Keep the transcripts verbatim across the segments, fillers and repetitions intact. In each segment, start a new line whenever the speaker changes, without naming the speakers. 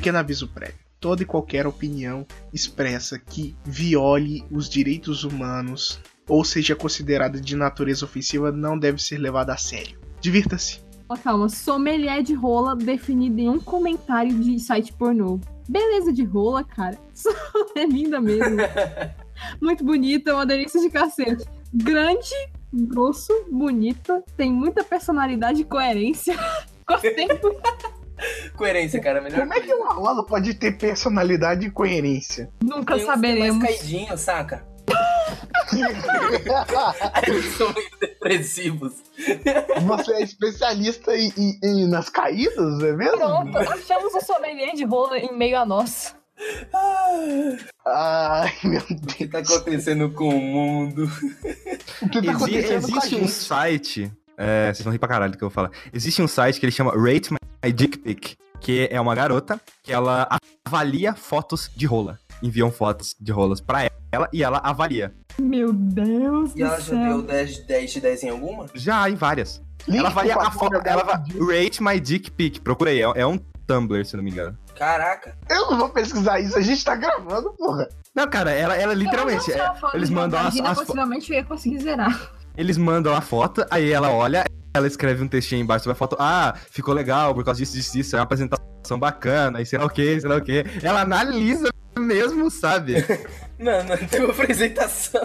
Pequeno aviso prévio. Toda e qualquer opinião expressa que viole os direitos humanos ou seja considerada de natureza ofensiva não deve ser levada a sério. Divirta-se.
Oh, calma, sommelier de rola definido em um comentário de site pornô. Beleza de rola, cara. É linda mesmo. Muito bonita, uma delícia de cacete. Grande, grosso, bonita, tem muita personalidade e coerência. Gostei.
Coerência, cara, melhor.
Como é que uma rola pode ter personalidade e coerência?
Nunca
Tem uns
saberemos.
mais caidinho, saca? Aí eles são meio depressivos.
Você é especialista em, em- em- nas caídas, é mesmo?
Pronto, achamos o sommelier de rola em meio a nós.
Ai, meu
O que
Deus.
tá acontecendo com o mundo?
O que tá
Exi-
acontecendo com a
existe um
gente?
site. É, vocês vão rir pra caralho do que eu vou falar. Existe um site que ele chama Rate My Dick Pic, que é uma garota que ela avalia fotos de rola. Enviam fotos de rolas pra ela e ela avalia.
Meu Deus
E
do
ela já
céu.
deu dez de dez de dez em alguma?
Já em várias.
Link,
ela avalia
por
a
favor,
foto. Ela va-
Gabriel.
Rate My Dick Pic. Procurei. É, é um Tumblr, se não me engano.
Caraca.
Eu não vou pesquisar isso, a gente tá gravando, porra.
Não, cara, ela, ela literalmente.
Eu não
é-
sou fã
eles
de
mandam as,
vagina,
as fo-
possivelmente eu ia conseguir zerar.
Eles mandam a foto, aí ela olha, ela escreve um textinho embaixo sobre a foto. Ah, ficou legal por causa disso, disso, disso. É uma apresentação bacana, e sei lá o que, sei lá o que. Ela analisa mesmo, sabe?
Não, não tem uma apresentação.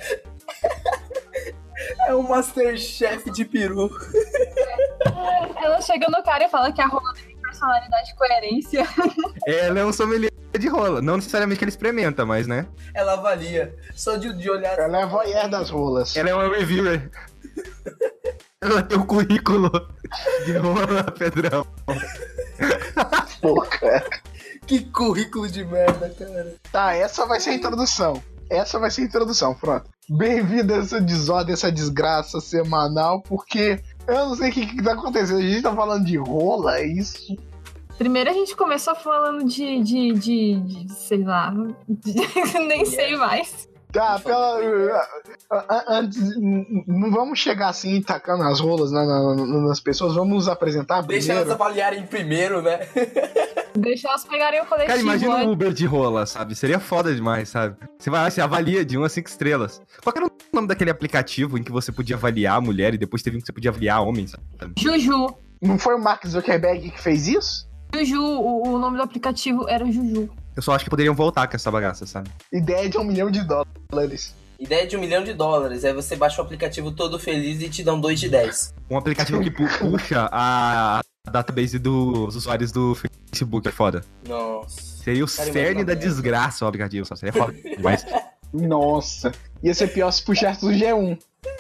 É um Masterchef de peru.
Ela chega no cara e fala que a rola tem personalidade e coerência.
Ela é um sommelier de rola. Não necessariamente que ele experimenta, mas, né?
Ela avalia. Só de, de olhar.
Ela é voyeur das rolas.
Ela é uma reviewer. Ela tem um currículo de rola, Pedrão.
Pô, cara.
Que currículo de merda, cara.
Tá, essa vai ser a introdução. Essa vai ser a introdução, pronto. Bem-vindo a essa desordem, essa desgraça semanal, porque eu não sei o que, que tá acontecendo. A gente tá falando de rola, é isso?
Primeiro a gente começou falando de, de, de, de sei lá, de- nem sei mais.
Tá, pela. Antes, n- não vamos chegar assim tacando as rolas na- na- na- nas pessoas, vamos nos apresentar
Deixa elas
primeiro.
avaliarem primeiro, né?
Deixa elas pegarem o coletivo.
Cara, imagina
né?
um Uber de rola, sabe? Seria foda demais, sabe? Você vai lá, você avalia de um a cinco estrelas. Qual que era o nome daquele aplicativo em que você podia avaliar a mulher e depois teve um que você podia avaliar homens, sabe?
Juju.
Não foi o Mark Zuckerberg que fez isso?
Juju, o, o nome do aplicativo era Juju.
Eu só acho que poderiam voltar com essa bagaça, sabe?
Ideia de um milhão de dólares.
Ideia de um milhão de dólares. Aí você baixa o aplicativo todo feliz e te dão dois de dez.
Um aplicativo que pu- puxa a database dos usuários do Facebook, é foda.
Nossa.
Seria o
Cara,
cerne
imagina
da
merda.
desgraça o aplicativo, só seria foda demais.
Nossa. Ia ser pior se puxasse do G um.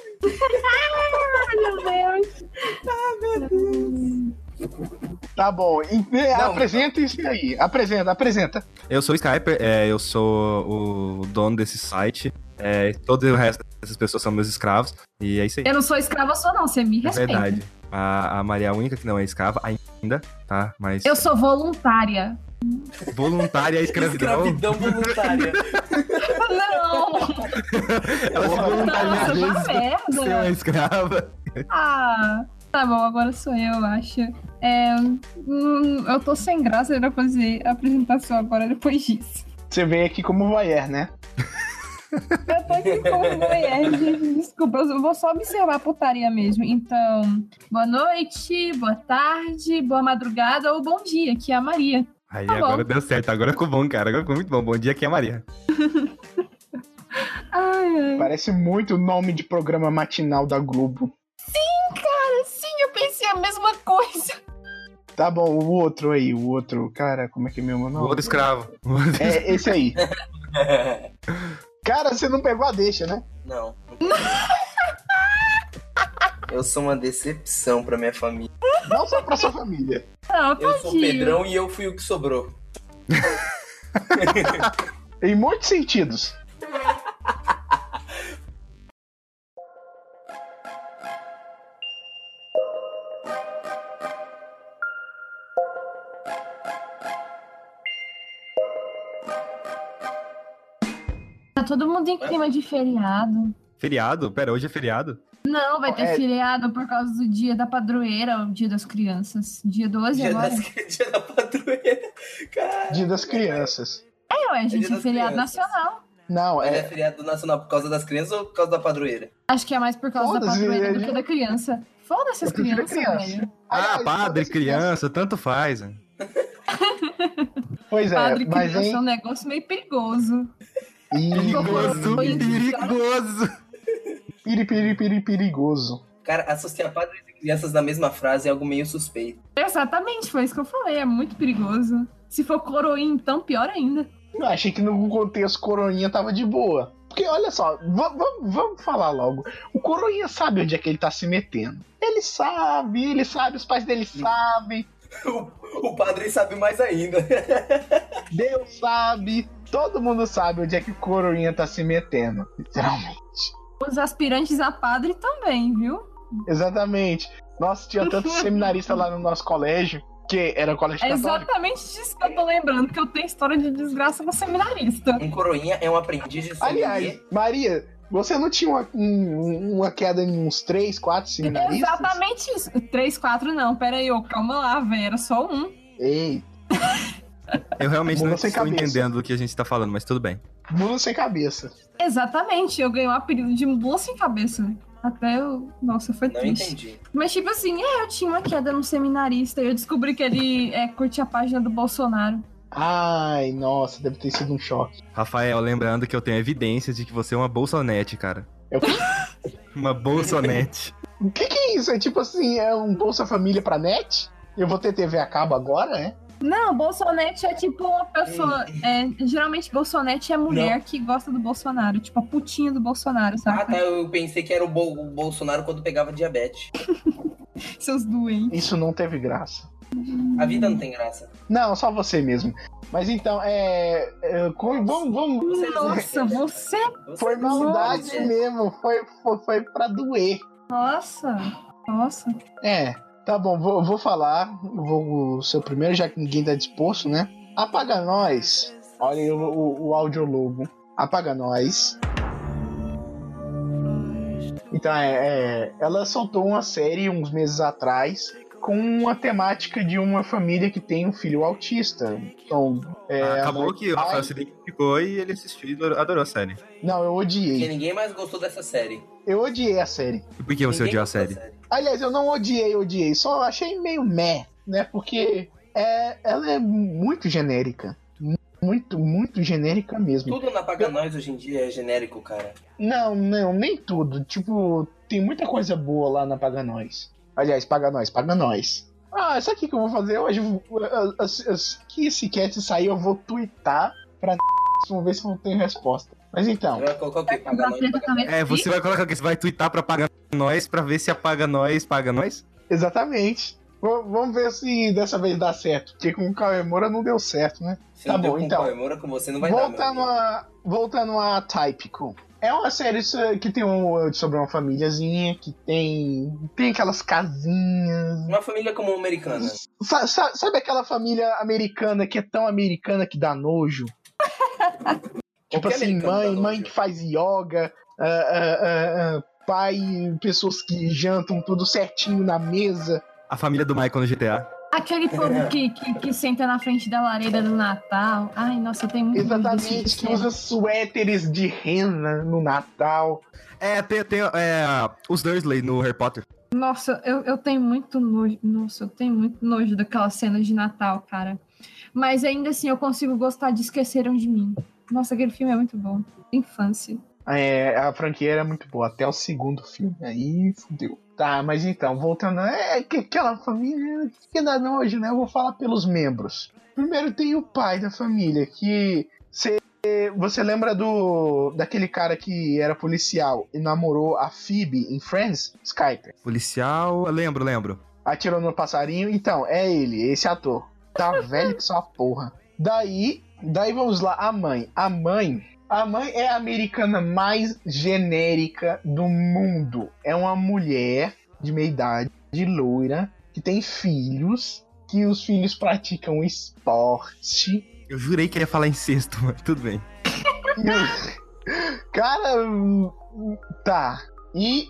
Meu Deus.
Tá bom. e- e- apresenta isso aí. Apresenta, apresenta.
Eu sou o Skyper, é, eu sou o dono desse site. É, todo o resto dessas pessoas são meus escravos. E é isso aí.
Eu não sou escrava sua não, você me
É
respeita.
verdade. A, a Maria é a única que não é escrava ainda, tá? Mas
Eu sou voluntária.
voluntária à escravidão.
Escravidão voluntária.
Não!
Ela se voluntaria
Nossa,
às
uma
vezes ser uma
merda!
escrava.
Ah, tá bom, agora sou eu, eu acho. É, hum, eu tô sem graça pra fazer a apresentação agora depois disso.
Você veio aqui como voyeur, né?
Eu tô aqui como mulher, gente. Desculpa, eu vou só observar a putaria mesmo. Então, boa noite, boa tarde, boa madrugada ou bom dia, que é a Maria.
Aí
Tá
agora
bom.
deu certo, agora ficou bom, cara. Agora ficou muito bom. Bom dia aqui é a Maria.
Ai, ai.
Parece muito o nome de programa matinal da Globo.
Cara, sim, eu pensei a mesma coisa.
Tá bom, o outro aí, o outro. Cara, como é que é meu
O
nome?
outro escravo. O outro-
É esse aí. Cara, você não pegou a deixa, né?
Não. Eu sou uma decepção pra minha família.
Não só pra sua família.
Não,
Eu sou o
tadinho.
Pedrão e eu fui o que sobrou.
Em muitos sentidos.
Tá todo mundo em clima de feriado.
Feriado? Pera, hoje é feriado?
Não, vai ter
É.
feriado por causa do dia da padroeira, o dia das crianças. Dia doze
Dia,
agora.
das, dia da padroeira. Caralho.
Dia das crianças.
É, ué, gente,
Dia
é
das
feriado
crianças.
nacional.
Não,
Mas é
é.
feriado nacional por causa das crianças ou por causa da padroeira?
Acho que é mais por causa da
Foda-se,
padroeira do
gente.
que da criança. Foda-se as
Eu prefiro
crianças,
criança.
velho.
Ah,
Aliás,
padre,
foda-se
criança, tanto faz. né?
Pois é,
Padre e
mas
criança é um
hein.
negócio meio perigoso.
Perigoso,
Ih,
perigoso.
Piri, piri, piri, perigoso.
Cara, associar padres e crianças na mesma frase é algo meio suspeito.
Exatamente, foi isso que eu falei. É muito perigoso. Se for coroinha, então pior ainda.
Eu achei que no contexto Coroinha tava de boa. Porque, olha só, vamos, vamos falar logo. O Coroinha sabe onde é que ele tá se metendo. Ele sabe, ele sabe, os pais dele sabem,
O, o padre sabe mais ainda.
Deus sabe, todo mundo sabe onde é que o Coroinha tá se metendo. Literalmente.
Os aspirantes a padre também, viu?
Exatamente. Nossa, tinha tanto seminarista lá no nosso colégio, que era colégio
É
católico.
exatamente disso que eu tô lembrando, que eu tenho história de desgraça com seminarista.
Um coroinha é um aprendiz de sommelier.
Aliás, Maria, você não tinha uma, um- uma queda em uns três, quatro seminaristas?
Exatamente isso. Três, quatro não, pera aí, ô, calma lá, velho, era só um.
Ei,
Eu realmente
Mula
não
sem
estou
cabeça.
entendendo do que a gente tá falando, mas tudo bem.
mula sem cabeça.
Exatamente, eu ganhei o apelido de mula sem cabeça. Até eu... Nossa, foi
Não
triste.
entendi.
Mas tipo assim, é, eu tinha uma queda num seminarista e eu descobri que ele é, curte a página do Bolsonaro.
Ai, nossa, deve ter sido um choque.
Rafael, lembrando que eu tenho evidências de que você é uma bolsonete, cara.
Eu-
Uma bolsonete.
O que que é isso? É tipo assim, é um Bolsa Família pra net? Eu vou ter T V a cabo agora, é?
Não, Bolsonete é tipo uma pessoa. É, geralmente, Bolsonete é mulher que gosta do Bolsonaro. Tipo, a putinha do Bolsonaro, sabe?
Ah, tá. Eu pensei que era o, Bol- o Bolsonaro quando pegava diabetes.
Seus doentes.
Isso não teve graça.
A vida não tem graça.
Não, só você mesmo. Mas então, é. é, com- vamos, vamos.
Nossa, você.
Você
Foi maldade
Você-
mesmo, foi, foi, foi pra doer.
Nossa. Nossa.
É, tá bom, vou, vou falar. Vou ser o primeiro, já que ninguém tá disposto, né? Apaga Nós. Olha aí o, o, o audiologo. Apaga Nós. Então, é, é, ela soltou uma série uns meses atrás com uma temática de uma família que tem um filho autista. Então, é,
Acabou
a-
que o Rafael se identificou e ele assistiu e adorou- adorou a série.
Não, eu
Porque
odiei.
ninguém mais gostou dessa série.
Eu odiei a série.
E por que você
Ninguém
odiou a
gostou da
série?
Aliás, eu não odiei, odiei. Só achei meio meh, né? Porque é, ela é muito genérica. Muito, muito genérica mesmo.
Tudo na Paga Nós hoje em dia é genérico, cara.
Não, não, nem tudo. Tipo, tem muita coisa boa lá na Paga Nós. Aliás, Paga Nós, Paga Nós. Ah, sabe o que que eu vou fazer hoje? Eu vou- as- as- Que esse cat sair, eu vou twittar pra vamos ver se eu tenho resposta. Mas então,
Você vai colocar o quê? Paga Nós, Paga Nós.
É, você vai colocar o quê? Você vai twittar pra pagar nós pra ver se apaga nós, paga nós?
exatamente. V- vamos ver se dessa vez dá certo. Porque com o Cauê Moura não deu certo, né?
Se
Tá
não deu
bom,
com
então.
comemora com você, não vai dar,
Voltando
meu amigo.
a, voltando a Typical. É uma série so- que tem um, sobre uma famíliazinha que tem tem aquelas casinhas.
Uma família como a americana.
Sa- sa- sabe aquela família americana que é tão americana que dá nojo? Tipo
Qualquer
assim,
americano
mãe,
dá
mãe
nojo.
que faz yoga, ah, ah, ah, ah, pai, pessoas que jantam tudo certinho na mesa.
A família do Michael no G T A.
Aquele povo que, que, que senta na frente da lareira do Natal. Ai, nossa, eu tenho muito medo desse
Exatamente, que
tipo de
usa suéteres de rena no Natal.
É, tem, tem é, os Dursley no Harry Potter.
Nossa, eu, eu tenho muito nojo. Nossa, eu tenho muito nojo daquelas cenas de Natal, cara. Mas ainda assim, eu consigo gostar de Esqueceram de Mim. Nossa, aquele filme é muito bom. Infância.
É, a franquia era muito boa, até o segundo filme. Aí fudeu. Tá, mas então, voltando. É que aquela família que dá nojo, né? Eu vou falar pelos membros. Primeiro tem o pai da família, que cê, você lembra do daquele cara que era policial e namorou a Phoebe em Friends? Skyper.
Policial, lembro, lembro.
Atirou no passarinho. Então, é ele, esse ator. Tá velho que só a porra. Daí, daí vamos lá, a mãe. A mãe. A mãe é a americana mais genérica do mundo. É uma mulher de meia idade, loira, que tem filhos, que os filhos praticam esporte.
Eu jurei que ele ia falar incesto, mas tudo bem.
Cara, tá. E,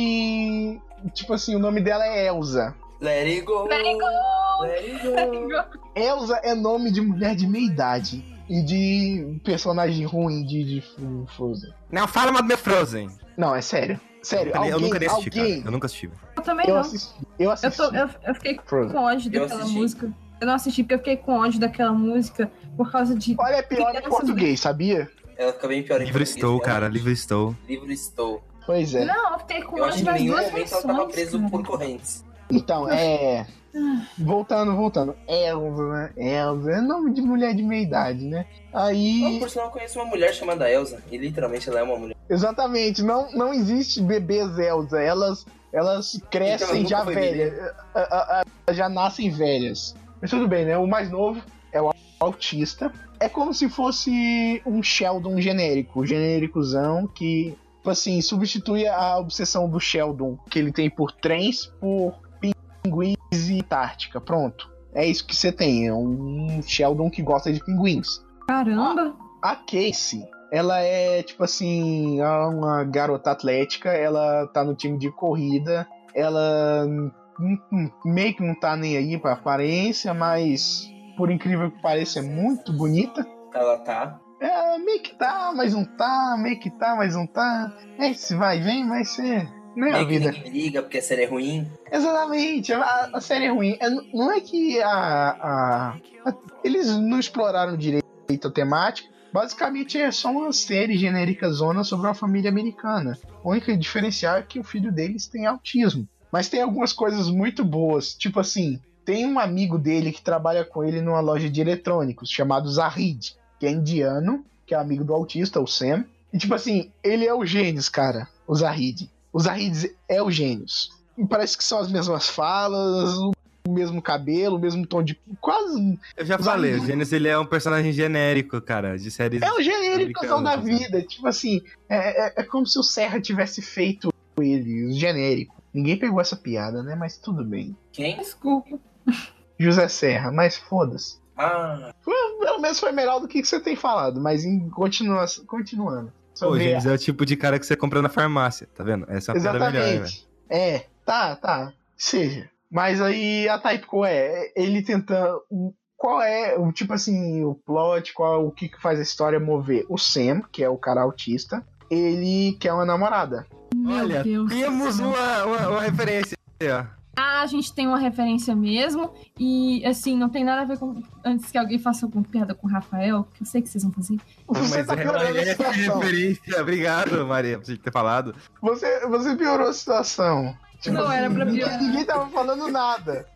e. Tipo assim, o nome dela é Elsa.
Let it go.
Let it go.
Let it
Let it
go.
go.
Elsa é nome de mulher de meia idade. E de personagem ruim de, de Frozen.
Não, fala mal do meu Frozen.
Não, é sério. Sério,
Eu,
alguém,
eu nunca assisti,
alguém...
cara. Eu nunca assisti.
Eu também
Eu
não.
assisti. Eu
Eu,
assisti.
tô, eu, eu fiquei
Frozen.
com ódio
Eu
daquela
assisti.
música. Eu não assisti porque eu fiquei com ódio daquela música por causa de.
Olha, é pior em
crianças-
português, sabia?
Ela fica bem pior em
Livre
português,
estou, cara.
realmente.
Livre estou.
Livre estou.
Pois é.
Não, eu fiquei com
Eu acho
ódio
que em
das
nenhum
duas
momento ela
versões.
tava preso
cara.
por correntes.
Então, é. Voltando, voltando. Elsa, né? Elsa é nome de mulher de meia idade, né?
Eu,
Aí.
por sinal, conheço uma mulher chamada Elsa. E literalmente ela é uma mulher.
Exatamente, não, não existe bebês Elsa. Elas, elas crescem
Então,
já
nunca foi
velhas. A- a- a- Já nascem velhas. Mas tudo bem, né? O mais novo é o autista. É como se fosse um Sheldon genérico, genéricozão que, tipo assim, substitui a obsessão do Sheldon que ele tem por trens, por pinguins e Antártica. Pronto. É isso que você tem. É um Sheldon que gosta de pinguins.
Caramba!
A Casey, ela é, tipo assim, uma garota atlética. Ela tá no time de corrida. Ela hum, hum, meio que não tá nem aí pra aparência, mas, por incrível que pareça, é muito bonita.
Ela tá.
É, meio que tá, mas não tá, meio que tá, mas não tá. É, se vai e vem, vai ser. Não é a
Meio que
vida.
ninguém liga porque a série é ruim.
Exatamente, a, a série é ruim. É, não é que a, a- a- eles não exploraram direito a temática. Basicamente é só uma série genérica zona sobre uma família americana. O único diferencial é que o filho deles tem autismo. Mas tem algumas coisas muito boas. Tipo assim, tem um amigo dele que trabalha com ele numa loja de eletrônicos, chamado Zahid, que é indiano, que é amigo do autista, o Sam. E tipo assim, ele é o Gênios, cara, o Zahid. O Zahid é o Gênios. E parece que são as mesmas falas, o mesmo cabelo, o mesmo tom de... Quase...
Eu já
Os
falei,
amigos-
o Gênesis ele é um personagem genérico, cara, de séries.
É o genéricozão da
americanas,
vida. Tipo assim, é, é, é como se o Serra tivesse feito ele, o genérico. Ninguém pegou essa piada, né? Mas tudo bem.
Quem?
Desculpa.
José Serra, mas foda-se.
Ah,
Pelo menos foi melhor do que você tem falado, mas em continua, continuando.
O
Sobre
Gênesis é o tipo de cara que você compra na farmácia, tá vendo? Essa é uma piada melhor, velho.
Exatamente. É, tá, tá. Seja. Mas aí a Typico é, ele tentando. Qual é, o tipo assim, o plot, qual o que que faz a história mover? O Sam, que é o cara autista, ele quer uma namorada.
Meu
Olha,
Deus.
temos uma, uma, uma referência. ó.
Ah, a gente tem uma referência mesmo. E, assim, não tem nada a ver com. Antes que alguém faça alguma piada com o Rafael, que eu sei que vocês vão fazer.
Você
Mas
tá
é,
piorando a
é
situação.
referência. Obrigado, Maria, por você ter falado.
Você, você piorou a situação. Tipo
Não era pra
ninguém-
piorar.
Ninguém tava falando nada.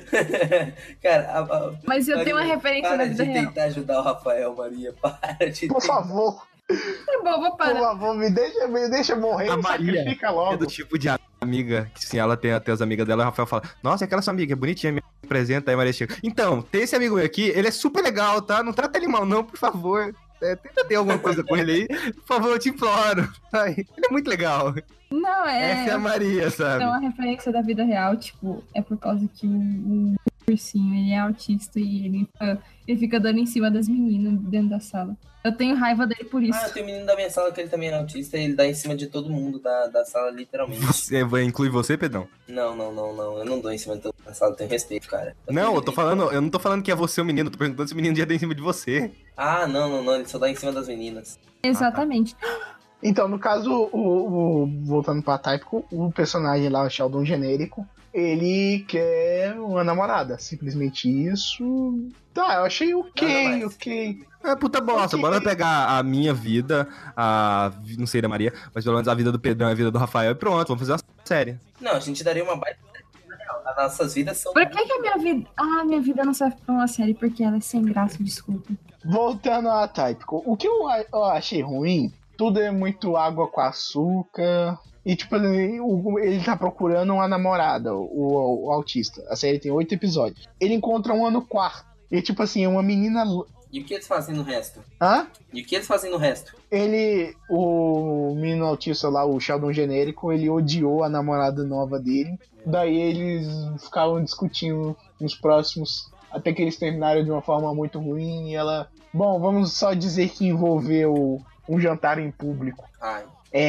cara, a, a,
Mas eu tenho uma
Maria,
referência
para
da vida
de
real.
tentar ajudar o Rafael, Maria. Para de
Por
tentar.
favor,
Tá bom, vou
por
parar.
favor, me deixa, me deixa morrer,
A
me
Maria
sacrifica
É
logo.
do tipo de amiga que sim, ela tem até as amigas dela, o Rafael fala, nossa, é aquela sua amiga, é bonitinha, me apresenta, aí a Maria chega. Então, tem esse amigo meu aqui, ele é super legal, tá? Não trata ele mal não, por favor. É, tenta ter alguma coisa com ele aí, por favor, eu te imploro. Ai, ele é muito legal.
Não, é.
Essa é a Maria, sabe?
É uma referência da vida real, tipo, é por causa que o, o ursinho, ele é autista e ele fica, ele fica dando em cima das meninas dentro da sala. Eu tenho raiva dele por isso.
Ah, tem um menino da minha sala que ele também é autista e ele dá em cima de todo mundo da, da sala, literalmente.
Você vai incluir você, Pedrão?
Não, não, não, não. Eu não dou em cima de todo mundo da sala, eu tenho respeito, cara. Eu
Não,
tenho
eu tô
respeito.
falando, eu não tô falando que é você o menino, eu tô perguntando se o menino já dá em cima de você.
Ah, não, não, não. Ele só dá em cima das meninas.
Exatamente.
Então, no caso, o, o- voltando pra Typico, o personagem lá, o Sheldon genérico, ele quer uma namorada. Simplesmente isso. Tá, eu achei
Nada
ok,
mais.
ok.
É puta bosta,
Ok.
bora pegar a minha vida, a. não sei da Maria, mas pelo menos a vida do Pedrão e a vida do Rafael e pronto, vamos fazer uma série.
Não, a gente daria uma baita. As nossas vidas são.
Por que, que a minha vida. Ah, minha vida não serve pra uma série porque ela é sem graça, desculpa.
Voltando a Typico, o que eu, a- eu achei ruim, tudo é muito água com açúcar. E, tipo, ele, o- ele tá procurando uma namorada, o, o autista. A série tem oito episódios. Ele encontra uma no quarto. E, tipo assim, uma menina.
E o que eles fazem no resto?
Hã?
E o que eles fazem no resto?
Ele, o menino autista lá, o Sheldon genérico, ele odiou a namorada nova dele. Daí eles ficavam discutindo nos próximos, até que eles terminaram de uma forma muito ruim. E ela, bom, vamos só dizer que envolveu um jantar em público.
Ai.
É,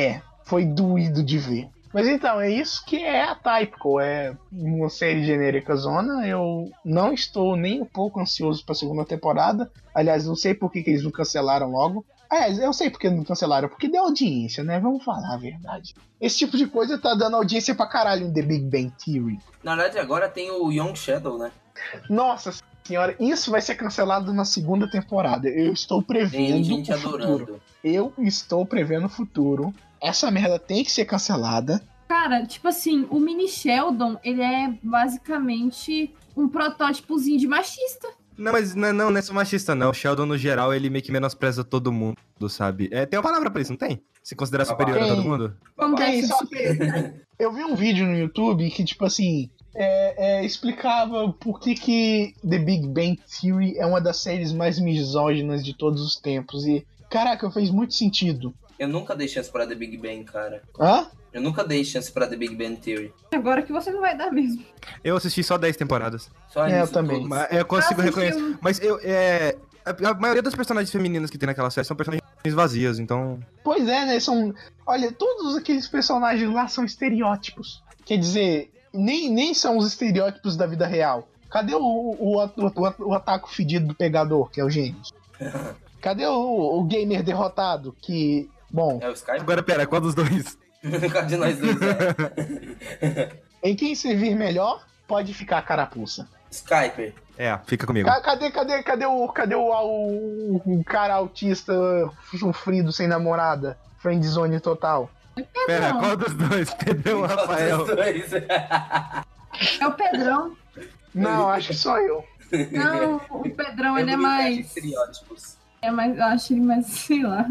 foi doído de ver. Mas então, é isso que é a Typical, é uma série genérica zona. Eu não estou nem um pouco ansioso pra segunda temporada. Aliás, não sei por que, que eles não cancelaram logo. Aliás, eu sei por que não cancelaram, porque deu audiência, né? Vamos falar a verdade. Esse tipo de coisa tá dando audiência pra caralho em The Big Bang Theory.
Na verdade, agora tem o Young Sheldon, né?
Nossa senhora, isso vai ser cancelado na segunda temporada. Eu estou prevendo
Tem gente
o
adorando.
futuro. Eu estou prevendo o futuro. Essa merda tem que ser cancelada.
Cara, tipo assim, o mini Sheldon, ele é basicamente um protótipozinho de machista.
Não, mas não, não, não é só machista, não. O Sheldon, no geral, ele meio que menospreza todo mundo, sabe? É, tem uma palavra pra isso, não tem? Se considera superior
Tem.
a todo mundo?
Como
Babá.
deve ser
só-
superior.
Eu vi um vídeo no YouTube que, tipo assim, é, é, explicava por que, que The Big Bang Theory é uma das séries mais misóginas de todos os tempos. E, caraca, fez muito sentido.
Eu nunca dei chance pra The Big Bang, cara.
Hã?
Eu nunca dei chance pra The Big Bang Theory.
Agora que você não vai dar mesmo.
Eu assisti só dez temporadas.
Só
É, eu
nisso
também.
tudo.
Mas eu consigo
Ah, assistiu.
reconhecer. Mas eu, é... A a maioria das personagens femininas que tem naquela série são personagens vazias, então...
Pois é, né? São. Olha, todos aqueles personagens lá são estereótipos. Quer dizer, nem, nem são os estereótipos da vida real. Cadê o, o, o, o, o ataco fedido do pegador, que é o Gênesis? Cadê o, o gamer derrotado, que. Bom,
É o Skype?
Agora, pera, qual dos dois?
Qual de nós dois é?
em quem servir melhor, pode ficar a carapuça.
Skyper.
É, fica comigo.
Ca- Cadê, cadê, cadê o, cadê o, o, o cara autista sofrido sem namorada? Friendzone total.
Pera,
Não.
qual dos dois? Pedrão ou Rafael?
Qual dos dois?
É o Pedrão.
Não, acho que só eu.
Não, o Pedrão, ele é
Eu vou brincar de
mais...
estereótipos.
É mais... Eu acho ele mais, sei lá.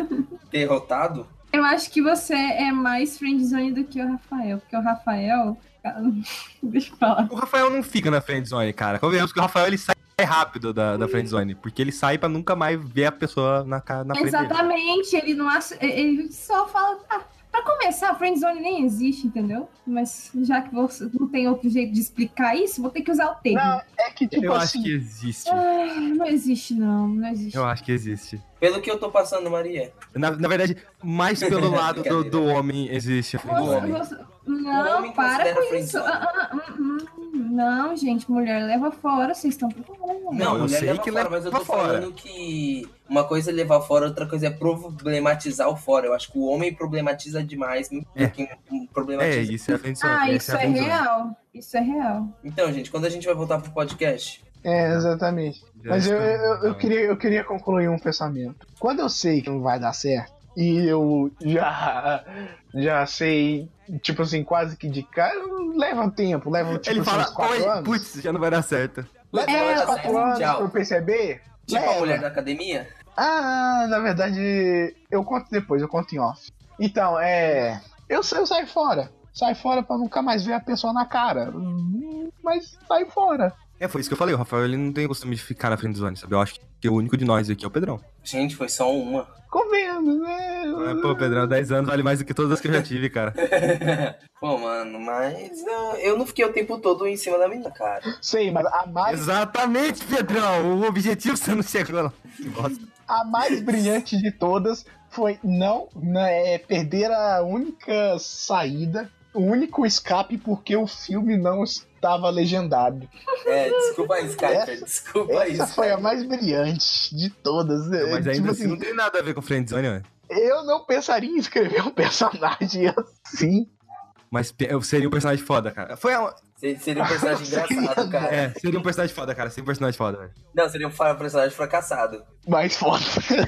Derrotado?
Eu acho que você é mais friendzone do que o Rafael. Porque o Rafael... cara, deixa eu falar.
O Rafael não fica na friendzone, cara. Convenhamos que o Rafael ele sai rápido da, da friendzone, porque ele sai pra nunca mais ver a pessoa na, ca- na frente dele.
Exatamente, ele não acha, ele só fala, ah, pra começar, a friendzone nem existe, entendeu? Mas já que você não tem outro jeito de explicar isso, vou ter que usar o termo.
Não, é que tipo
Eu
assim.
acho que existe.
Ah, não existe não, não existe.
Eu acho que existe.
Pelo que eu tô passando, Maria.
Na, na verdade, mais pelo lado do, do homem existe a
Do
Você-
homem.
você-
O
não,
homem
para
considera
com isso.
friendzone.
Ah, ah, hum, hum, não, gente, mulher leva fora, vocês estão...
Não,
eu
mulher
sei
leva
que
fora,
leva
mas eu tô
fora.
falando que uma coisa é levar fora, outra coisa é problematizar o fora. Eu acho que o homem problematiza demais, muito
É.
que um
É,
problematiza.
isso é a friendzone.
Ah,
essa
isso
a
é
friendzone.
real, isso é real.
Então, gente, quando a gente vai voltar pro podcast?
É, exatamente.
Já
Mas eu,
está.
eu, eu, queria, eu queria concluir um pensamento. Quando eu sei que não vai dar certo, e eu já, já sei, tipo assim, quase que de cara, leva tempo, leva tipo
Ele
assim,
fala,
uns quatro
oi,
anos.
putz, já não vai dar certo.
Leva
É,
uns quatro anos pra eu
tchau.
perceber.
Tipo
leva.
a mulher da academia?
Ah, na verdade, eu conto depois, eu conto em off. Então, é. Eu, eu saio fora. Saio fora pra nunca mais ver a pessoa na cara. Hum, Mas saio fora.
É, foi isso que eu falei, o Rafael ele não tem costume de ficar na friendzone, sabe? Eu acho que o único de nós aqui é o Pedrão.
Gente, foi só uma.
Convenhamos, né?
Ah, Pô, Pedrão, dez anos vale mais do que todas as que eu já tive, cara.
Pô, mano, mas eu, eu não fiquei o tempo todo em cima da menina, cara.
Sei, mas a mais,
Exatamente, Pedrão! O objetivo você não chegou lá. Que bosta.
a mais brilhante de todas foi não, né, é, perder a única saída, o único escape, porque o filme não estava legendado.
É, desculpa aí, Skyper,
Essa-
desculpa aí.
Essa foi a
Skyper.
mais brilhante de todas. É,
Mas ainda
tipo
assim não
assim,
tem nada a ver com friendzone, ué.
eu não pensaria em escrever um personagem assim.
Mas pe- eu seria um personagem foda, cara. Foi a...
Se- Seria um personagem engraçado, cara.
É, seria um personagem foda, cara. Seria um personagem foda, velho.
Não, seria um fa- personagem fracassado.
Mais foda.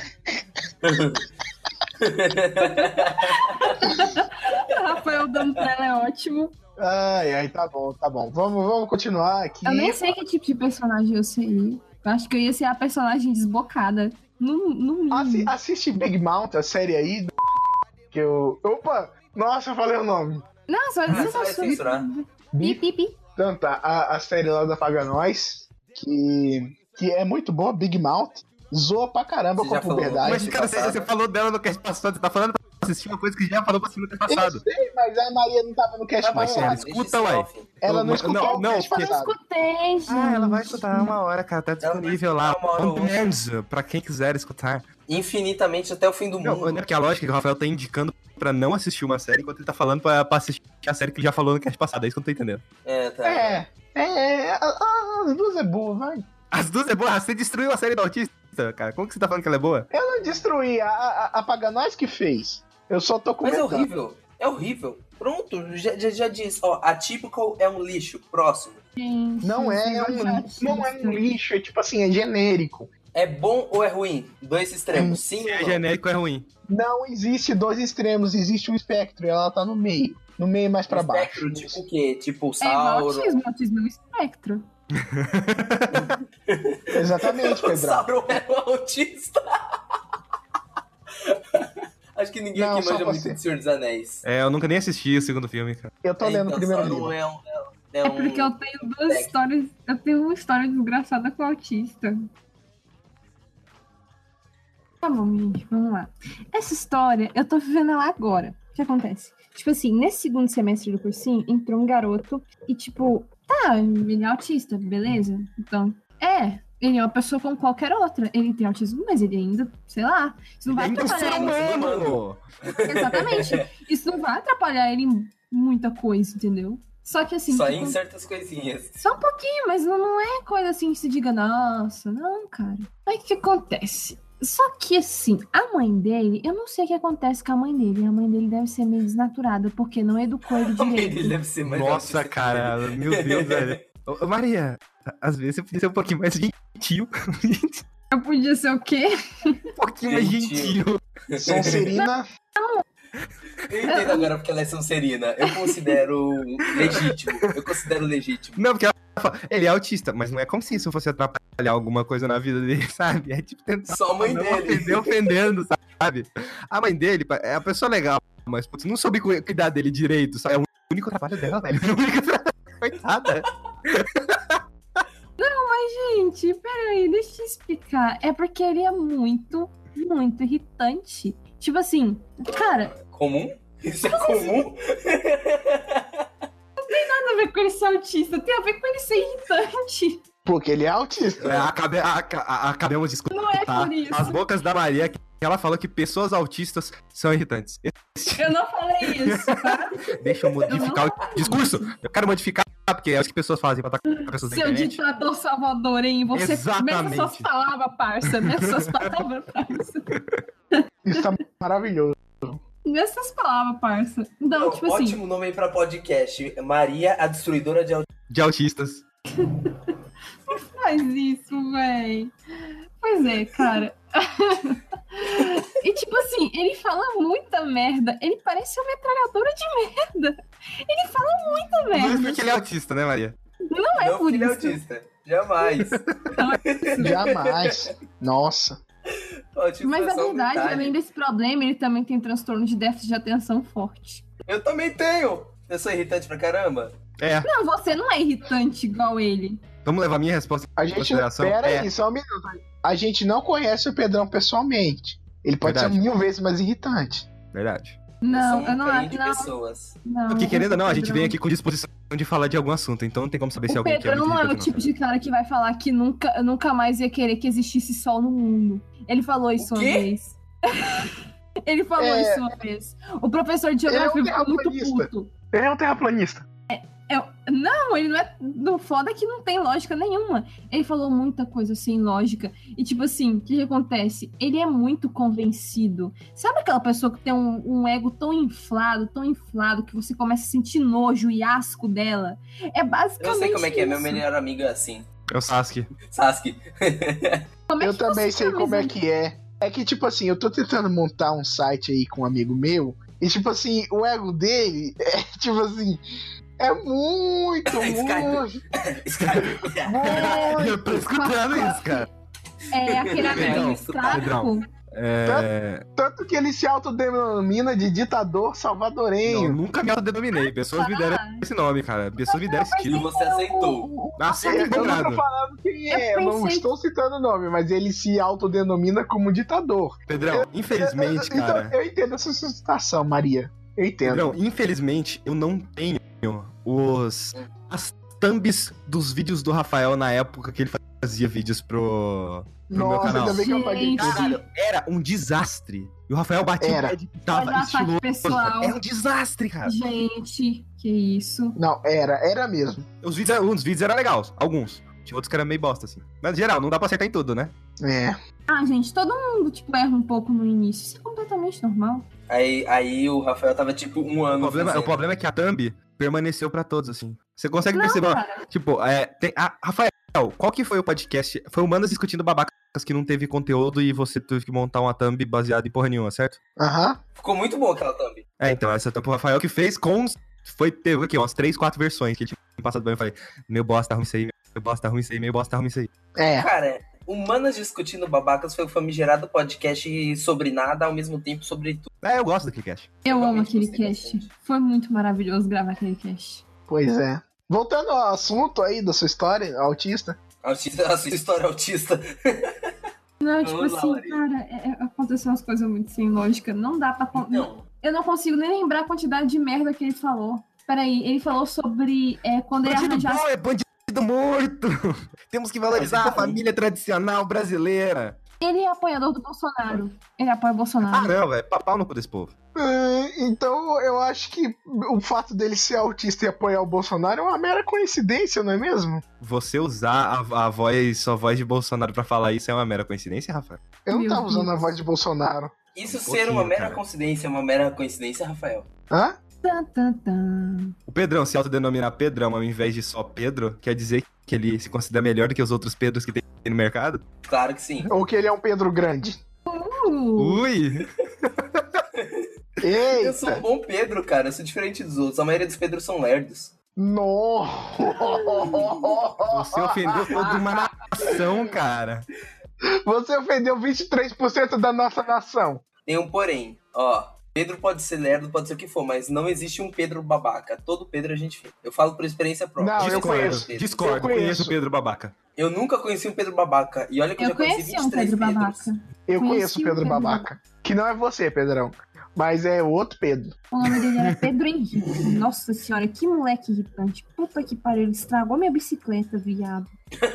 Rafael dando tela é ótimo.
Ai, ai, tá bom, tá bom. Vamos, vamos continuar aqui.
Eu nem sei que tipo de personagem eu seria. Eu acho que eu ia ser a personagem desbocada. No, no
Assi- assiste Big Mouth, a série aí. do Que eu. Opa! Nossa, eu falei o nome.
Não, só
Ah,
dizer
você vai
só
censurar.
Pi, pi, pi.
Então tá, a, a série lá da Paga Nós, que, que é muito boa, Big Mouth. Zoa pra caramba
Você
com
já
a
falou.
puberdade.
Mas, cara, você, você falou dela no cast passado. Você tá falando pra assistir uma coisa que já falou pra assistir no cast
Eu
passado.
sei, mas a Maria não tava no cast
Tá bom,
mas
passado.
sério,
deixa
escuta,
esse
ué.
off.
Ela não
Não,
escutou
não,
o
não,
cast
porque-
Eu
passado.
escutei, gente.
Ah, ela vai escutar uma hora, cara. Tá
Ela vai
disponível lá.
escutar uma hora
On
ou outra.
demand, pra quem quiser escutar.
Infinitamente até o fim do
Não,
mundo.
não é porque a lógica é que o Rafael tá indicando pra não assistir uma série enquanto ele tá falando pra, pra assistir a série que ele já falou no cast passado. É isso que eu não tô entendendo.
É, tá.
É, é, é, a- a- as duas é boa, vai.
As duas é boa. Você destruiu a série do autista, cara. Como que você tá falando que ela é boa?
Eu não destruí, a, a, a Paga Nós que fez. Eu só tô
Mas é
comentando.
horrível. É horrível. Pronto, já, já, já disse. Ó, Atypical é um lixo. Próximo.
Gente,
Não é, é
esse
um,
negócio
não é um lixo, é tipo assim, é genérico.
É bom ou é ruim? Dois extremos. Sim
Se
ou
é
não?
genérico, é ruim.
Não existe dois extremos, existe um espectro e ela tá no meio. No meio mais pra baixo.
Espectro, tipo o quê? Tipo o
É igual
Sauron.
autismo, autismo é um espectro.
Exatamente,
O
Pedrão.
Sauron é um autista. Acho que ninguém
Não,
aqui
só
manja muito
você.
de Senhor dos Anéis.
É, eu nunca nem assisti o segundo filme, cara.
Eu tô lendo o
Então,
primeiro
Sauron
livro.
é um... É,
É
um...
porque eu tenho duas
espectro.
histórias. Eu tenho uma história desgraçada com autista. Tá bom, gente, vamos lá. Essa história, eu tô vivendo ela agora. O que acontece? Tipo assim, nesse segundo semestre do cursinho, entrou um garoto e, tipo, tá, ele é autista, beleza? Então, é, ele é uma pessoa como qualquer outra. Ele tem autismo, mas ele ainda, sei lá, isso não vai
Ainda é um ser
atrapalhar ele.
humano!
Exatamente. Isso não vai atrapalhar ele em muita coisa, entendeu? Só que assim.
Só
tipo,
em certas coisinhas.
só um pouquinho, mas não, não é coisa assim que se diga, nossa, não, cara. Aí o que acontece? Só que assim, a mãe dele, eu não sei o que acontece com a mãe dele. A mãe dele deve ser meio desnaturada, porque não educou ele
Ele
direito.
deve ser mais
Nossa,
autista que
cara,
ele.
meu Deus, velho. Ô, ô, Maria, às vezes você podia ser um pouquinho mais gentil.
Eu podia ser o quê?
Um pouquinho mais
Gentil.
gentil.
Sonserina,
Eu entendo agora porque ela é Sonserina. Eu considero legítimo. Eu considero legítimo.
Não, porque ela fala, ele é autista, mas não é como se isso fosse atrapalhar alguma coisa na vida dele, sabe? É tipo tentar
Só a mãe
não
dele.
ofender ofendendo, sabe? A mãe dele é a pessoa legal, mas putz, não soube cu- cuidar dele direito, sabe? É o único trabalho dela, velho. É o único trabalho. Coitada.
Gente, peraí, deixa eu te explicar. É porque ele é muito, muito irritante. Tipo assim, cara,
Comum? Isso é comum?
nada a ver com ele ser autista, tem a ver com ele ser irritante.
porque ele é autista.
É, acabe, a- a- acabamos de escutar
Não é por isso.
as bocas da Maria que ela falou que pessoas autistas são irritantes.
Eu não falei isso, tá?
Deixa eu modificar o discurso. Eu quero modificar, porque é isso que pessoas fazem pra atacar pessoas na
Seu
internet.
ditador salvadorenho, você
Exatamente.
meça suas palavras, parça. Meça suas palavras, parça.
Isso tá maravilhoso.
Meça suas palavras, parça. Então,
Não,
tipo assim,
ótimo nome pra podcast. Maria, a destruidora de autismo.
De autistas.
faz isso, véi. Pois é, cara. E tipo assim, ele fala muita merda. Ele parece uma metralhadora de merda. Ele fala muita
Não é
merda.
porque ele é autista, né, Maria?
Não é
Não
por
que ele é
isso.
autista. Jamais.
Jamais. Nossa.
Autismo
Mas
é
na
só um
verdade,
detalhe.
além desse problema, ele também tem transtorno de déficit de atenção forte.
Eu também tenho. Eu sou irritante pra caramba.
É,
Não, você não é irritante igual ele.
vamos levar minha resposta
A
em
gente.
consideração.
Pera
É,
aí, só um minuto. A gente não conhece o Pedrão pessoalmente. Ele pode
Verdade.
ser mil vezes mais irritante.
verdade.
Não,
eu sou
eu
um
não
carinho
acho.
de
Não,
pessoas.
não.
Porque querendo ou não, a gente
Pedrão-
vem aqui com disposição de falar de algum assunto, então não tem como saber se
O
alguém quer
Pedrão
muito
não é o
irritante
tipo
ou não,
de cara que vai falar que nunca, nunca mais ia querer que existisse sol no mundo. Ele falou isso
O
uma
quê?
vez. Ele falou
É.
isso uma vez. O professor de
Ele é um
geografia ficou muito
terraplanista.
puto.
Ele é um terraplanista.
É, não, ele não é. Do foda é que não tem lógica nenhuma. Ele falou muita coisa sem lógica. E, tipo assim, o que, que acontece? Ele é muito convencido. Sabe aquela pessoa que tem um, um ego tão inflado, tão inflado, que você começa a sentir nojo e asco dela? É basicamente.
Eu sei como é que é. Meu
isso.
melhor amigo é assim.
É o Sasuke.
Sasaki.
Como é
Eu
que
também
você
sei
tá,
como é
mas-
que é. É que, tipo assim, eu tô tentando montar um site aí com um amigo meu. E, tipo assim, o ego dele é, tipo assim, é muito,
Skype.
muito,
Eu tô escutando isso, cara.
É aquele amigo
Pedrão,
escravo.
É...
tanto que ele se autodenomina de ditador
Não,
salvadorenho.
nunca me autodenominei. Pessoas me deram esse nome, cara. Pessoas me deram esse
E
título.
você aceitou.
Ah, sim,
Eu não tô
empolgado.
falando quem
Eu
é, eu não
pensei
estou citando o nome, mas ele se autodenomina como ditador.
Pedrão, infelizmente,
Então,
cara.
eu entendo essa sua situação, Maria. Eu entendo.
Pedrão, infelizmente, eu não tenho os... as thumbs dos vídeos do Rafael na época que ele fazia vídeos pro, pro meu
Nossa,
canal.
ainda bem que eu apaguei
Gente.
tudo.
Caralho, era um desastre. E o Rafael batia
Era.
o pé de que tava
Olha o ataque
estiloso.
pessoal.
Era um desastre, cara.
Gente, que isso.
Não, era, era mesmo.
Os vídeos, eram- uns vídeos eram legais, alguns. Tinha outros que eram meio bosta, assim. Mas, em geral, não dá pra acertar em tudo, né?
É.
Ah, gente, todo mundo, tipo, erra um pouco no início. Isso é completamente normal.
Aí, aí o Rafael tava tipo um
O
ano
problema,
fazendo.
o problema é que a thumb permaneceu pra todos, assim. Você consegue
Não,
perceber, ó,
cara.
tipo, é, tem, a, Rafael, qual que foi o podcast? Foi o Manas Discutindo Babacas que não teve conteúdo e você teve que montar uma thumb baseada em porra nenhuma, certo?
Aham.
Ficou muito boa aquela thumb.
É, então, essa thumb o Rafael que fez com... Foi, teve aqui, umas três, quatro versões que ele tinha passado bem. Eu falei, meu bosta, arruma isso aí, meu bosta, arruma isso aí, meu bosta, arruma isso aí.
É.
Cara, o Manas Discutindo Babacas foi o famigerado podcast sobre nada, ao mesmo tempo sobre tudo.
É, eu gosto daquele cast.
Eu amo
Realmente
aquele
gostei
cast.
bastante.
Foi muito maravilhoso gravar aquele cast.
Pois é. Voltando ao assunto aí da sua história, autista.
Autista, a sua história autista.
Não,
Vamos
tipo
lá,
assim,
Maria.
cara, é, é, aconteceu umas coisas muito sem lógica. Não dá pra. con-
Não.
Eu não consigo nem lembrar a quantidade de merda que ele falou. Peraí, ele falou sobre é, quando ele
Bandido
arranjasse.
bom é bandido morto. Temos que valorizar a família tradicional brasileira.
Ele é apoiador do Bolsonaro. Ele apoia o
Ah,
Bolsonaro.
não, velho. Pau no cu desse povo.
É, então eu acho que o fato dele ser autista e apoiar o Bolsonaro é uma mera coincidência, não é mesmo?
Você usar a, a voz, sua voz de Bolsonaro pra falar isso é uma mera coincidência, Rafael?
Eu não
Meu
tava usando
Deus.
a voz de Bolsonaro.
Isso
Um
ser uma
pouquinho,
mera
cara.
coincidência, uma mera coincidência, Rafael.
Hã?
Tan, tan, tan.
O Pedrão se autodenominar Pedrão ao invés de só Pedro, quer dizer que ele se considera melhor do que os outros Pedros que tem no mercado?
Claro que sim.
Ou que ele é um Pedro Grande?
Uh,
Ui!
Eu sou um
Eita!
bom Pedro, cara. Eu sou diferente dos outros. A maioria dos Pedros são lerdos.
No!
Você ofendeu toda uma nação, cara.
Você ofendeu vinte e três por cento da nossa nação.
Tem um porém. Ó, Pedro pode ser lerdo, pode ser o que for, mas não existe um Pedro babaca. Todo Pedro a gente fez. Eu falo por experiência própria.
Não, eu
Discordo,
conheço.
Pedro.
Discordo,
Eu conheço.
conheço o Pedro Babaca.
Eu nunca conheci um Pedro babaca. E olha que eu,
eu
já conheci
conheci
vinte e
um
três
Pedro
Pedros.
Babaca.
Eu
Conheci
conheço o
o
Pedro
Pedro
Babaca. Que não é você, Pedrão. Mas é o outro Pedro.
O nome dele era Pedro Henrique. Nossa senhora, que moleque irritante. Puta que pariu, ele estragou minha bicicleta, viado.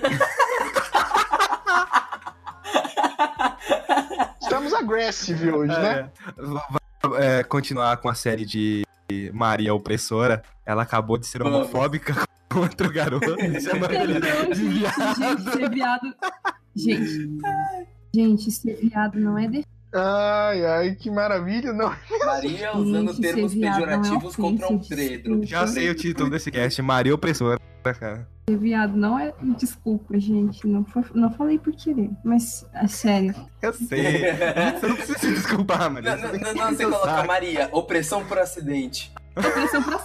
Estamos aggressive hoje, né?
É, va- va- é, continuar com a série de Maria Opressora. Ela acabou de ser
Vamos.
homofóbica contra o garoto. chamando ele
Perdão,
de
gente,
viado.
gente, ser viado. Gente, gente, ser viado não é de...
Ai, ai, que maravilha. Não.
Maria usando
Gente,
termos
ser viado não é
pejorativos contra um
ofensa,
Pedro.
desculpa.
Já sei o título desse cast, Maria Opressora, cara.
Ser viado não é... Desculpa, gente, não, foi, não falei por querer. Mas, é sério.
Eu sei. Você não precisa se desculpar, Maria.
Não,
Você
não,
tem que
não, não, você
encher o
coloca
saco.
Maria, opressão por acidente.
Opressão pra...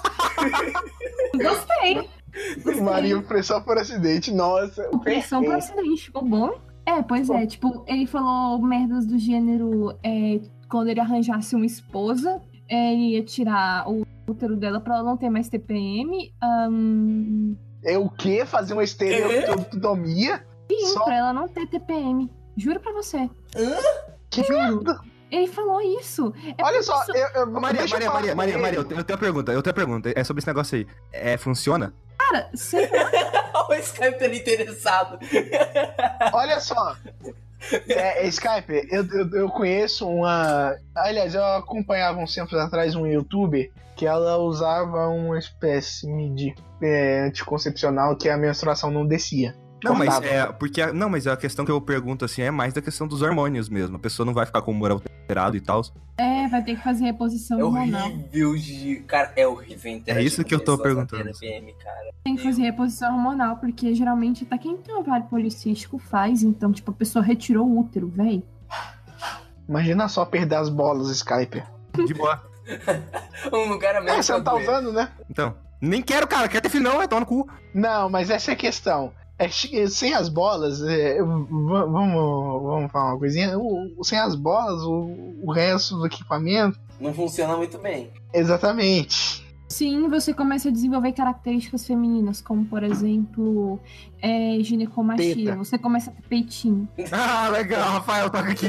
Gostei. Gostei.
Maria opressão por acidente. Nossa.
Opressão por
perfeito.
acidente, ficou bom? É, pois é, tipo, ele falou merdas do gênero, é, quando ele arranjasse uma esposa, é, ele ia tirar o útero dela pra ela não ter mais T P M, ahn,
É o quê? Fazer uma estereotomia?
e
Só-
pra ela não ter T P M. Juro pra você.
Que merda.
Ele falou isso. É
Olha
por
só,
isso-
eu, eu,
Ô, Maria,
deixa eu
Maria,
falar
Maria,
com
Maria,
ele.
Maria, eu tenho eu tenho uma pergunta, eu tenho uma pergunta, é sobre esse negócio aí. É, funciona?
Cara, sei
Olha o Skype ali interessado.
Olha só. É, é, Skype, eu, eu, eu conheço uma. Aliás, eu acompanhava uns tempos atrás um youtuber que ela usava uma espécie de é, anticoncepcional que a menstruação não descia.
Não, mas
Cortava.
é, porque, a- não, mas a questão que eu pergunto, assim, é mais da questão dos hormônios mesmo. A pessoa não vai ficar com o humor alterado e tal.
É, vai ter que fazer reposição
É
hormonal.
horrível, de... cara, é horrível interagir
isso
com
que eu tô
pessoas na
perguntando.
T P M, cara.
Tem que fazer reposição hormonal, porque geralmente até quem tem ovário policístico faz. Então, tipo, a pessoa retirou o útero, véi.
Imagina só perder as bolas, Skype.
De boa.
Um lugar a menos
É, você não tá
pra doer.
usando, né?
Então, nem quero, cara, quer ter filho não, vai tomar no cu.
Não, mas essa é a questão. É, che- sem as bolas, é, v- vamos, vamos falar uma coisinha. O- o- sem as bolas, o, o resto do equipamento.
Não funciona muito bem.
Exatamente.
Sim, você começa a desenvolver características femininas, como, por exemplo, é, ginecomastia.
Teta.
Você começa a ter peitinho.
Ah, legal, Rafael, toca aqui.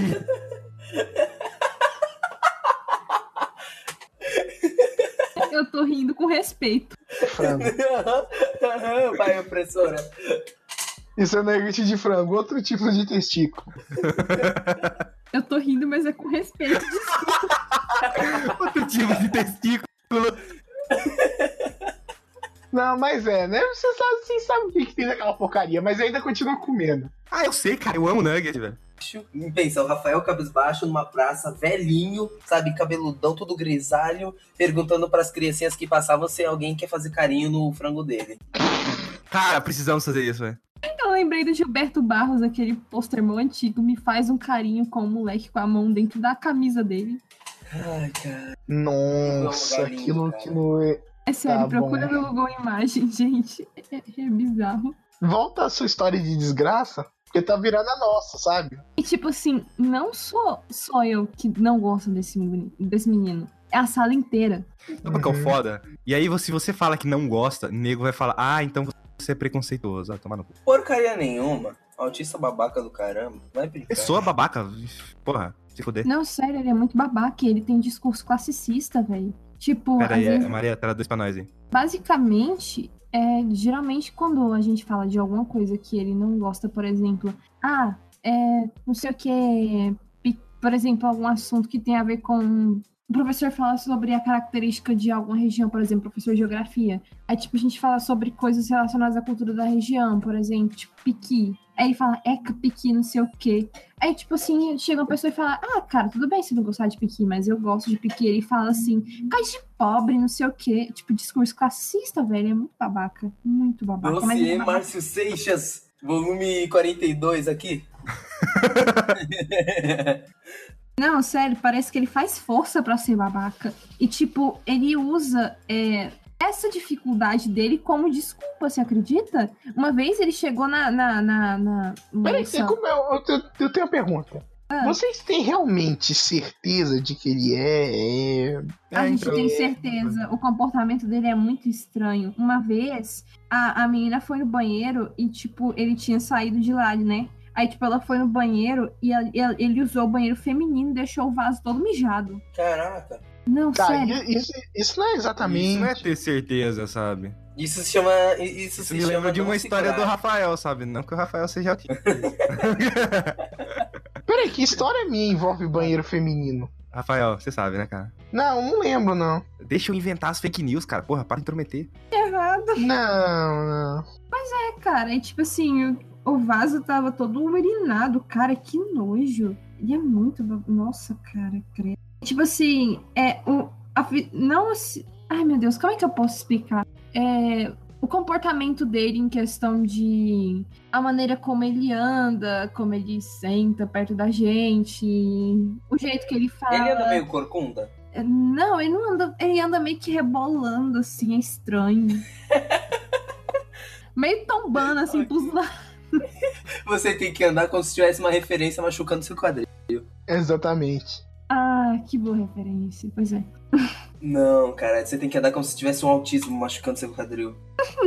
Eu tô rindo com respeito.
Frango.
Vai, opressora.
Isso é nuggets de frango, outro tipo de testículo.
Eu tô rindo, mas é com respeito.
Outro tipo de testículo.
Não, mas é, né? Você sabe, você sabe o que, que tem naquela porcaria, mas ainda continua comendo.
Ah, eu sei, cara. Eu amo nuggets, velho.
Pensa, o Rafael cabisbaixo numa praça, velhinho, sabe, cabeludão, todo grisalho, perguntando pras criancinhas que passavam se alguém quer fazer carinho no frango dele.
Cara, precisamos fazer isso, velho.
Eu lembrei do Gilberto Barros, aquele pôster mó antigo, me faz um carinho com o moleque com a mão dentro da camisa dele.
Ai, cara.
Nossa,
Galinho,
aquilo,
cara.
aquilo é...
É sério,
Tá
procura
bom.
no Google Imagens, gente. É, é bizarro.
Volta a sua história de desgraça, porque tá virando a nossa, sabe?
E tipo assim, não sou só eu que não gosto desse, meni- desse menino. É a sala inteira.
Sabe o que é o
Uhum.
foda? E aí, se você fala que não gosta, o nego vai falar, ah, então você é preconceituoso. Ah, toma no cu.
Porcaria nenhuma. Autista babaca do caramba. Vai brincar.
Pessoa babaca. Porra, se fuder.
Não, sério, ele é muito babaca. Ele tem discurso classicista, velho. Tipo,
Pera
às
aí,
vezes,
é, Maria, traduz pra nós aí.
basicamente, é, geralmente quando a gente fala de alguma coisa que ele não gosta, por exemplo, ah, é, não sei o que, por exemplo, algum assunto que tem a ver com... O professor fala sobre a característica de alguma região, por exemplo, professor de geografia. Aí, tipo, a gente fala sobre coisas relacionadas à cultura da região, por exemplo, tipo, piqui. Aí ele fala, eca, piqui, não sei o quê. Aí, tipo assim, chega uma pessoa e fala, ah, cara, tudo bem se não gostar de piqui, mas eu gosto de piqui. Ele fala assim, cai de pobre, não sei o quê. Tipo, discurso classista, velho, é muito babaca. Muito babaca. Mas
Dossiê
ele é babaca.
Márcio Seixas, volume quarenta e dois aqui.
Não, sério, parece que ele faz força pra ser babaca. E, tipo, ele usa é, essa dificuldade dele como desculpa, você acredita? Uma vez ele chegou na... na, na, na
Peraí,
moça-
você, como eu, eu, tenho- eu tenho uma pergunta.
Ah.
Vocês têm realmente certeza de que ele é... é...
A
É,
gente
então.
tem certeza, o comportamento dele é muito estranho. Uma vez, a, a menina foi no banheiro e, tipo, ele tinha saído de lá, né? Aí, tipo, ela foi no banheiro e ela- ela- ele usou o banheiro feminino e deixou o vaso todo mijado.
Caraca.
Não,
Tá,
sério.
isso, isso não é exatamente...
Isso não é ter certeza, sabe?
Isso se chama. Isso,
Isso
se
me
chama
lembra de
não
uma
se
história do
curar.
Rafael, sabe? Não que o Rafael seja autista.
Peraí, que história minha envolve banheiro feminino?
Rafael, você sabe, né, cara?
Não, não lembro, não.
Deixa eu inventar as fake news, cara. Porra, para de intrometer.
Errado.
Não, não.
É, cara, e tipo assim, o, o vaso tava todo urinado. Cara, que nojo. Ele é muito... ba- Nossa, cara, credo. Tipo assim, é... O, a, fi- não... assim- Ai, meu Deus, como é que eu posso explicar? É... O comportamento dele em questão de... A maneira como ele anda, como ele senta perto da gente, o jeito que ele fala...
Ele anda meio corcunda?
Não, ele não anda... Ele anda meio que rebolando, assim, é estranho. Meio tombando, assim, pros lados.
Você tem que andar como se tivesse uma referência machucando seu quadril.
Exatamente.
Ah, que boa referência. Pois é.
Não, cara, você tem que andar como se tivesse um autismo machucando seu quadril.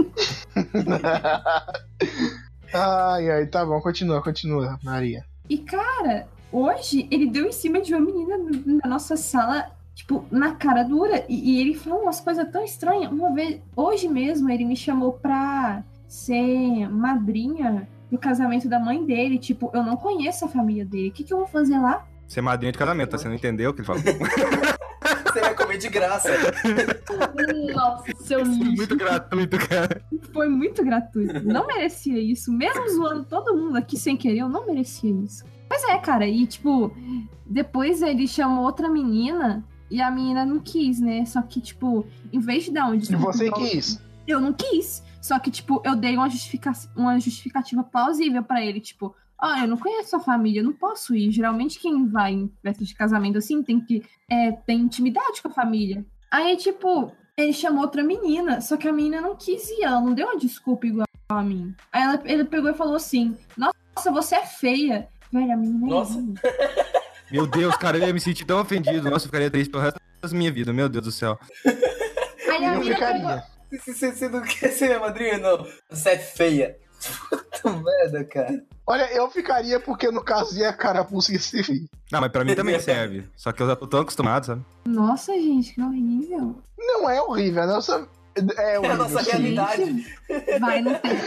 Ai, ai, tá bom, continua, continua, Maria.
E, cara, hoje ele deu em cima de uma menina na nossa sala, tipo, na cara dura. E, e ele falou umas coisas tão estranhas. Uma vez, hoje mesmo, ele me chamou pra ser madrinha do casamento da mãe dele. Tipo, eu não conheço a família dele. O que, que eu vou fazer lá?
Você é madrinha de casamento, tá? Você não entendeu o que ele falou?
Você vai comer de graça.
Nossa, seu lixo.
Muito gratuito, cara.
Foi muito gratuito. Não merecia isso. Mesmo zoando todo mundo aqui sem querer, eu não merecia isso. Pois é, cara. E, tipo, depois ele chamou outra menina e a menina não quis, né? Só que, tipo, em vez de dar um
E
desculpa,
você quis?
eu não quis. Só que, tipo, eu dei uma, justifica... uma justificativa plausível pra ele. Tipo, ah, eu não conheço a família, eu não posso ir. Geralmente quem vai em festa de casamento assim tem que é, ter intimidade com a família. Aí, tipo, ele chamou outra menina, só que a menina não quis ir, ela não deu uma desculpa igual a mim. Aí ela, ele pegou e falou assim, nossa, você é feia. Velho, a menina é
Nossa.
linda.
Meu Deus, cara, eu ia me sentir tão ofendido. Nossa, eu ficaria triste pelo resto da minha vida. Meu Deus do céu.
Aí a
Eu
menina pegou...
ficaria.
Você, você não quer ser minha madrinha, não? Você é feia. Puta merda, cara.
Olha, eu ficaria porque no caso ia a carapuça ia ser feio.
Não, mas pra mim também serve. Só que eu já tô tão acostumado, sabe?
Nossa, gente, que horrível.
Não é horrível, a nossa. É
É a
horrível.
nossa
sim.
realidade.
Vai, não tem.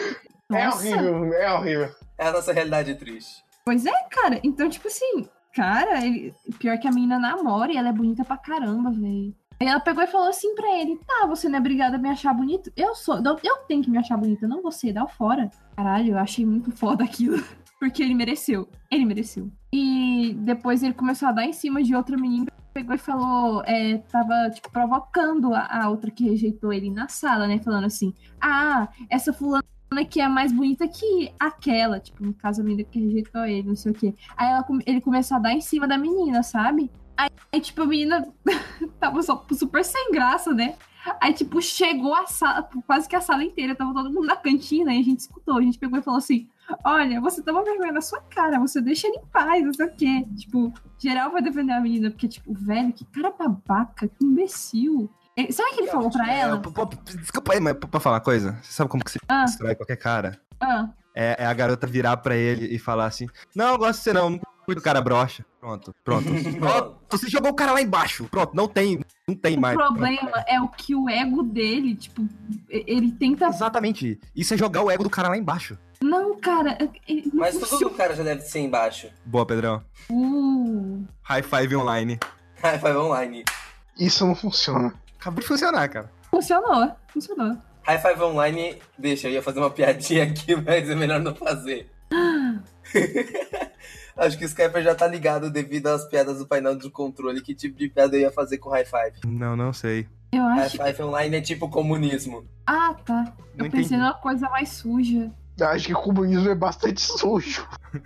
É
Nossa.
horrível, é horrível.
É a nossa realidade triste.
Pois é, cara. Então, tipo assim, cara, ele... pior que a menina namora e ela é bonita pra caramba, velho. Aí ela pegou e falou assim pra ele: tá, você não é obrigada a me achar bonito? Eu sou, eu tenho que me achar bonita, não você, dá o fora. Caralho, eu achei muito foda aquilo. Porque ele mereceu. Ele mereceu. E depois ele começou a dar em cima de outra menina. Pegou e falou, é, tava, tipo, provocando a, a outra que rejeitou ele na sala, né? Falando assim, ah, essa fulana que é mais bonita que aquela. Tipo, no caso, a menina que rejeitou ele, não sei o quê. Aí ela, ele começou a dar em cima da menina, sabe? Aí, aí tipo, a menina tava só, super sem graça, né? Aí, tipo, chegou a sala, quase que a sala inteira, tava todo mundo na cantina, e a gente escutou. A gente pegou e falou assim, olha, você toma vergonha na sua cara, você deixa ele em paz, não sei o quê. Tipo, geral vai defender a menina, porque, tipo, velho, que cara babaca, que imbecil. Ele, sabe o que ele falou pra ela?
É, pô, pô, desculpa aí, mas pra falar uma coisa, você sabe como que se
Ah.
destrói qualquer cara?
Ah,
É, é a garota virar pra ele e falar assim, não, eu gosto de você não, não curto o cara broxa. Pronto, pronto. Pronto, você jogou o cara lá embaixo, pronto, não tem, não tem
o
mais.
problema é o que o ego dele, tipo, ele tenta...
Exatamente, isso é jogar o ego do cara lá embaixo.
Não, cara... Ele não
Mas tudo
funciona.
do cara já deve ser embaixo.
Boa, Pedrão.
Uh,
High five online.
High five online.
Isso não funciona.
Acabou de funcionar, cara.
funcionou, funcionou.
High five online, deixa, eu ia fazer uma piadinha aqui, mas é melhor não fazer. Acho que o Skyper já tá ligado devido às piadas do painel de controle. Que tipo de piada eu ia fazer com high five?
Não, não sei.
Eu
High
acho...
five online é tipo comunismo.
Ah, tá.
Não
Eu pensei
entendi.
numa coisa mais suja.
Eu acho que o comunismo é bastante sujo.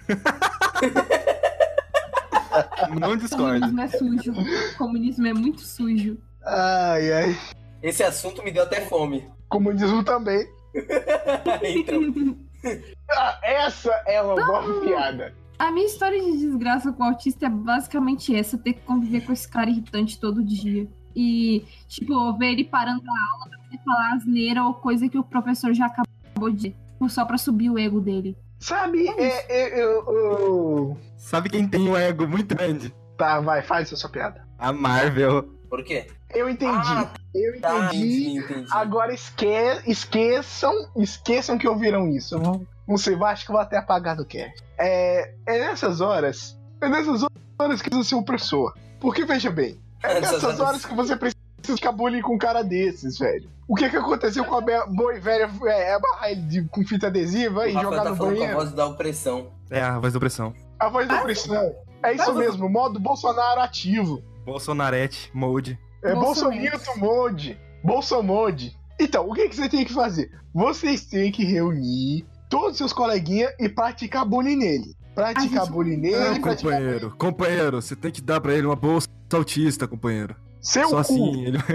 Não discordo.
Comunismo é sujo. Comunismo é muito sujo.
Ai, ai.
Esse assunto me deu até fome.
Comunismo também.
Então,
Ah, essa é uma boa piada.
A minha história de desgraça com o autista é basicamente essa: ter que conviver com esse cara irritante todo dia. E, tipo, ver ele parando a aula pra poder falar asneira ou coisa que o professor já acabou de dizer, só pra subir o ego dele.
Sabe, é, é, eu, eu-
Sabe quem tem um ego muito grande?
Tá, vai, faz a sua piada.
A Marvel.
por quê?
Eu entendi.
Ah,
eu
Tá,
entendi.
entendi, entendi.
Agora esque... esqueçam, esqueçam que ouviram isso. Eu Não, não sei, eu acho que eu vou até apagar do cast. É, é nessas horas, é nessas horas que precisa ser opressor. Porque, veja bem, é
Nessas
nessas
horas.
horas que você precisa ficar bullying com um cara desses, velho. O que que aconteceu com a be- boi velha é, é barrar ele de- com fita adesiva
O
e
Rafael
jogar
tá
no
falando com a
banheiro?
voz da opressão.
É a voz da opressão.
A voz da opressão. É isso
Mas-
mesmo, modo Bolsonaro ativo.
Bolsonarete, mode.
É
Bolsonaro.
Bolsonaro Mode. Bolsomode. Então, o que, que você tem que fazer? Vocês têm que reunir todos os seus coleguinhas e praticar bullying nele. Praticar
A gente-
bullying nele,
Não,
praticar
companheiro, companheiro, você tem que dar pra ele uma bolsa autista, companheiro.
seu
Só
cu.
assim, ele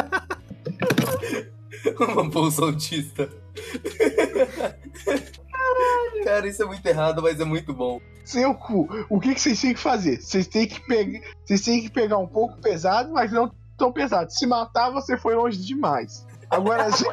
Uma bolsa autista. Caralho. Cara, isso é muito errado, mas é muito bom.
Seu cu. O que, que vocês têm que fazer? Vocês têm que pegar. Vocês têm que pegar um pouco pesado, mas não tão pesado. Se matar, você foi longe demais. Agora essa.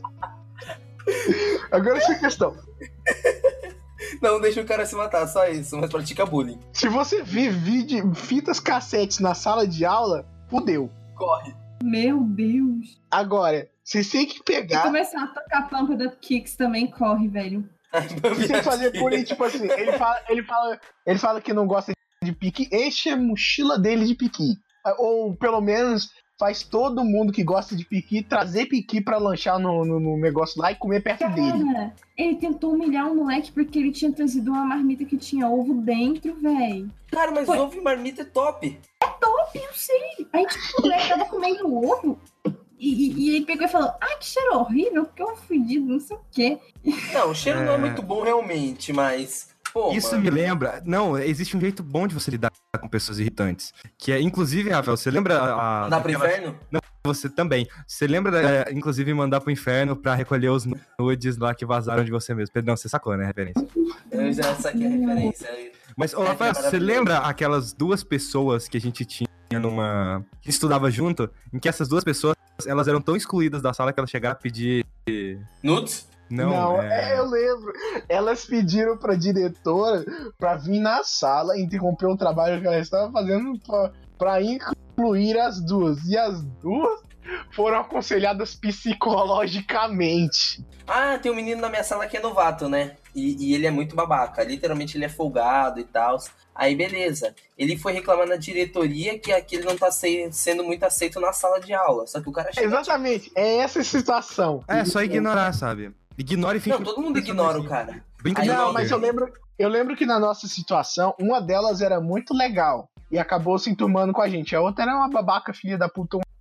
Agora essa questão.
Não deixa o cara se matar, só isso, mas pratica bullying.
Se você vir vídeo, fitas cassetes na sala de aula, fudeu.
Corre.
Meu Deus.
Agora, vocês têm que
Se
pegar.
começar a tocar Pump Up Kicks também corre, velho.
Você tem que fazer bullying, tipo assim, ele fala, ele fala, ele fala que não gosta de piqui, enche a mochila dele de piqui. Ou pelo menos faz todo mundo que gosta de piqui trazer piqui pra lanchar no, no, no negócio lá e comer perto dele.
Cara, ele tentou humilhar um moleque porque ele tinha trazido uma marmita que tinha ovo dentro, velho.
Cara, mas
Foi.
ovo e marmita é top.
Eu sei. Aí, tipo, o moleque tava comendo ovo. E, e, e ele pegou e falou: ai, que cheiro horrível, que ovo fedido, não sei o quê.
Não, o cheiro não é
É.
muito bom realmente, mas... Pô,
Isso
mano.
me lembra. Não, existe um jeito bom de você lidar com pessoas irritantes. Que é, inclusive, Rafael, você lembra a.
Mandar pro
daquela-
inferno?
Você também. Você lembra, é, inclusive, mandar pro inferno pra recolher os nudes lá que vazaram de você mesmo? Não, você sacou, né, a referência?
Eu já saquei a referência.
Mas, ô,
É,
Rafael,
que
você
maravilhoso.
lembra aquelas duas pessoas que a gente tinha numa. Que estudava junto? Em que essas duas pessoas, elas eram tão excluídas da sala que elas chegaram a pedir.
Nudes?
Não, é...
eu lembro. Elas pediram pra diretora pra vir na sala e interromper o trabalho que ela estava fazendo pra, pra incluir as duas. E as duas foram aconselhadas psicologicamente.
Ah, tem um menino na minha sala que é novato, né? E, e ele é muito babaca. Literalmente ele é folgado e tal. Aí, beleza. Ele foi reclamar na diretoria que aquele não tá se- sendo muito aceito na sala de aula. Só que o cara chega...
Exatamente, é essa a situação.
É, só ignorar, sabe? Ignora e finge.
Não, todo mundo ignora o cara.
Brinca
Aí
de
eu-
Não,
não,
mas eu lembro, eu lembro que na nossa situação, uma delas era muito legal e acabou se enturmando com a gente. A outra era uma babaca, filha da puta. um-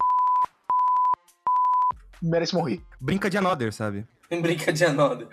Merece morrer.
Brinca de another, sabe?
Brinca de anoda.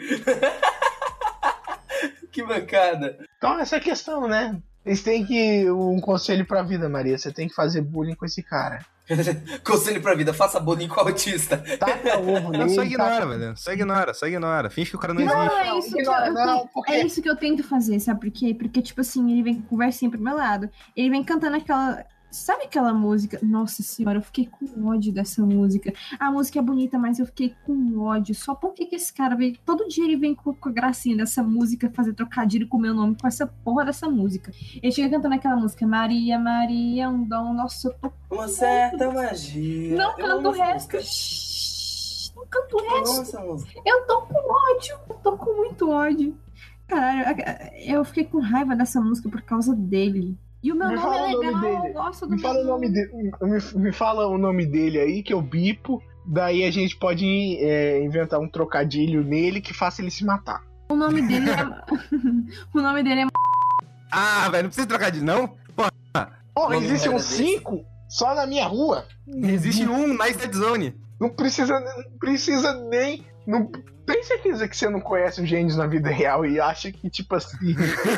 Que bancada.
Então, essa é a questão, né? Eles têm que. Um conselho pra vida, Maria. Você tem que fazer bullying com esse cara.
Conselho pra vida, faça bullying com autista.
Taca o ovo
Não,
nele.
só ignora,
taca-
velho. Só ignora, só ignora. Finge que o cara não
Não,
existe.
é isso, que eu,
ignora,
eu
não,
tenho-
porque-
é isso que eu tento fazer, sabe por quê? Porque, tipo assim, ele vem com conversinha pro meu lado. Ele vem cantando aquela... Sabe aquela música? Nossa senhora, eu fiquei com ódio dessa música. A música é bonita, mas eu fiquei com ódio. Só porque que esse cara vem... Todo dia ele vem com, com a gracinha dessa música, fazer trocadilho com o meu nome, com essa porra dessa música. Ele chega cantando aquela música, Maria, Maria, um dom, nossa, eu tô...
Uma certa magia.
Não
Eu
canto
amo
o
essa
resto.
música.
Shhh, não canto o
Eu amo
resto.
essa música.
Eu tô com ódio, eu tô com muito ódio. Caralho, eu fiquei com raiva dessa música por causa dele. E o meu
Me
nome
fala
é
o nome
legal,
dele.
eu gosto do
Me
meu
fala o nome
nome.
dele. Me, me fala o nome dele aí, que eu bipo. Daí a gente pode é, inventar um trocadilho nele que faça ele se matar.
O nome dele é... o nome dele é...
Ah, velho, não precisa trocar de não.
Porra,
Nome
existem
merda
uns
desse.
cinco só na minha rua.
Existe um na Dead Zone.
Não precisa, não precisa nem. Não, tem certeza que você não conhece os gênios na vida real e acha que, tipo assim.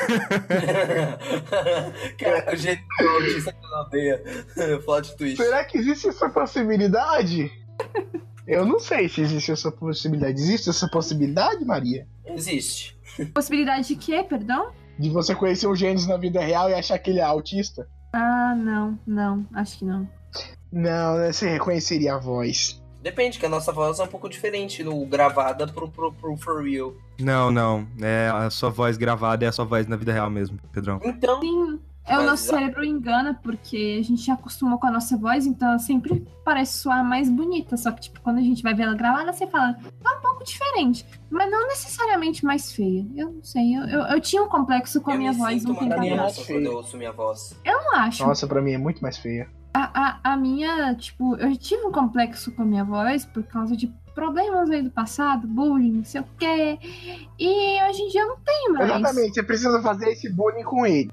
Cara, o jeito que o autista que não odeia. Plot twist.
Será que existe essa possibilidade? Eu não sei se existe essa possibilidade. Existe essa possibilidade, Maria?
Existe.
Possibilidade de quê, perdão?
De você conhecer os gênios na vida real e achar que ele é autista?
Ah, não, não, acho que não.
Não, né? Você reconheceria a voz.
Depende, que a nossa voz é um pouco diferente no gravada pro, pro, pro For Real.
Não, não. É a sua voz gravada é a sua voz na vida real mesmo, Pedrão.
Então,
Sim, é o
Mas
nosso
a-
cérebro engana, porque a gente já acostumou com a nossa voz, então ela sempre parece soar mais bonita. Só que, tipo, quando a gente vai ver ela gravada, você fala, tá um pouco diferente. Mas não necessariamente mais feia. Eu não sei, eu, eu, eu tinha um complexo com a
eu
minha
me
voz
sinto
um
uma
tempo
minha
atrás.
criança
feia.
quando eu ouço minha voz.
Eu não acho.
Nossa, pra mim é muito mais feia.
A, a, a minha, tipo, eu tive um complexo com a minha voz por causa de problemas aí do passado, bullying, não sei o quê. E hoje em dia eu não tenho mais.
Exatamente, você precisa fazer esse bullying com ele.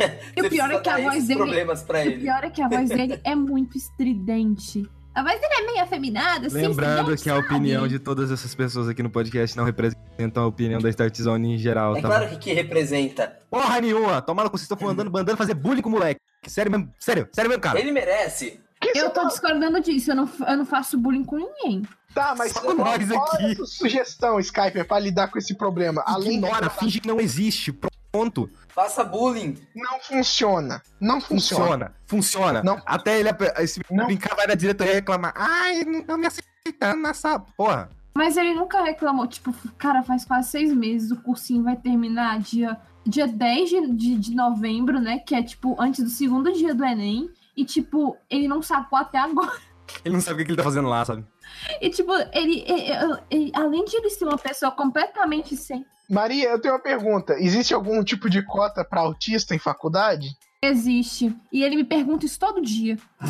E o pior é que a voz dele.
problemas pra
O
ele.
pior é que a voz dele é muito estridente. A voz dele é meio afeminada, assim,
Lembrando
estridente,
que a
sabe?
opinião de todas essas pessoas aqui no podcast não representam a opinião da Start Zone em geral,
É
tá?
claro que que representa.
Porra nenhuma! Tomaram com vocês estão mandando, mandando fazer bullying com o moleque. Sério mesmo, sério, sério mesmo, cara.
Ele merece.
Que
Eu
você
tô discordando disso, eu não, eu não faço bullying com ninguém.
Tá, mas
Só
qual,
nós
qual
aqui.
é a sua sugestão, Skyper, pra lidar com esse problema? Além
Ignora,
de...
finge que não existe. Pronto.
Faça bullying.
Não funciona. Não funciona.
Funciona. Funciona.
Não.
Até ele se
Não.
brincar, vai na diretoria reclamar. Ai, não tá me aceitando nessa porra.
Mas ele nunca reclamou, tipo, cara, faz quase seis meses, o cursinho vai terminar dia, dia dez de, de, de novembro, né? Que é, tipo, antes do segundo dia do Enem. E, tipo, ele não sacou até agora.
Ele não sabe o que que ele tá fazendo lá, sabe?
E, tipo, ele, ele- ele- além de ele ser uma pessoa completamente sem...
Maria, eu tenho uma pergunta. Existe algum tipo de cota pra autista em faculdade?
Existe. E ele me pergunta isso todo dia.
Ah,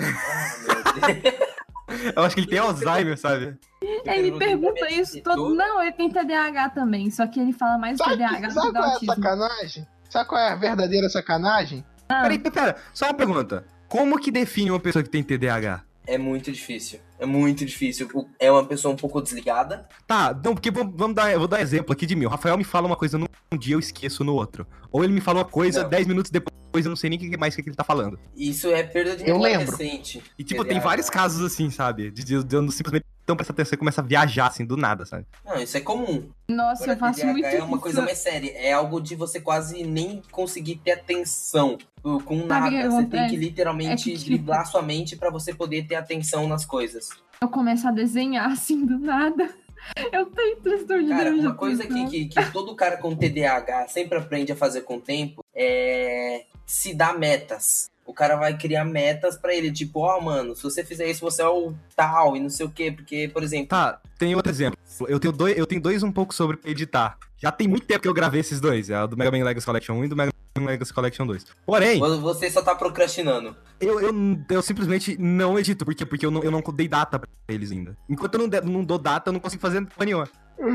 meu Deus.
Eu acho que ele tem Alzheimer, sabe?
Ele me pergunta isso todo... Não, ele tem T D A H também, só que ele fala mais do
Sabe,
T D A H do
sabe
que do
qual é a
autismo.
sacanagem? Sabe qual é a verdadeira sacanagem?
Ah,
Peraí, pera, pera, só uma pergunta. Como que define uma pessoa que tem T D A H?
É muito difícil. É muito difícil. O- É uma pessoa um pouco desligada.
Tá, não, porque vamos, vamos dar, eu vou dar exemplo aqui de mim. O Rafael me fala uma coisa num um dia, eu esqueço no outro. Ou ele me fala uma coisa,
Não.
dez minutos depois, eu não sei nem o que mais que ele tá falando.
Isso é perda de
Eu
memória
lembro.
recente.
E tipo,
T D A H.
tem vários casos assim, sabe? De, de, de eu não simplesmente não prestar atenção e começa a viajar assim, do nada, sabe?
Não, isso é comum.
nossa, eu
Agora,
faço
T D A H
muito
é uma
isso.
coisa mais séria. É algo de você quase nem conseguir ter atenção com
Sabe o
nada.
que
Você
acontece?
tem que literalmente
É que, tipo-
driblar sua mente pra você poder ter atenção nas coisas.
Eu começo a desenhar assim do nada. Eu tenho transtorno de
Cara,
déficit de
uma coisa que,
atenção.
que, que todo cara com T D A H sempre aprende a fazer com o tempo é se dar metas. O cara vai criar metas pra ele, tipo, ó, oh, mano, se você fizer isso, você é o tal e não sei o quê, porque, por exemplo...
Tá, tem outro exemplo. Eu tenho dois, eu tenho dois um pouco sobre editar. Já tem muito tempo que eu gravei esses dois, é o do Mega Man Legacy Collection um e do Mega Man Legacy Collection dois. Porém...
Você só tá procrastinando.
Eu, eu, eu simplesmente não edito, por quê? Porque eu não, eu não dei data pra eles ainda. Enquanto eu não, de, não dou data, eu não consigo fazer porra nenhuma.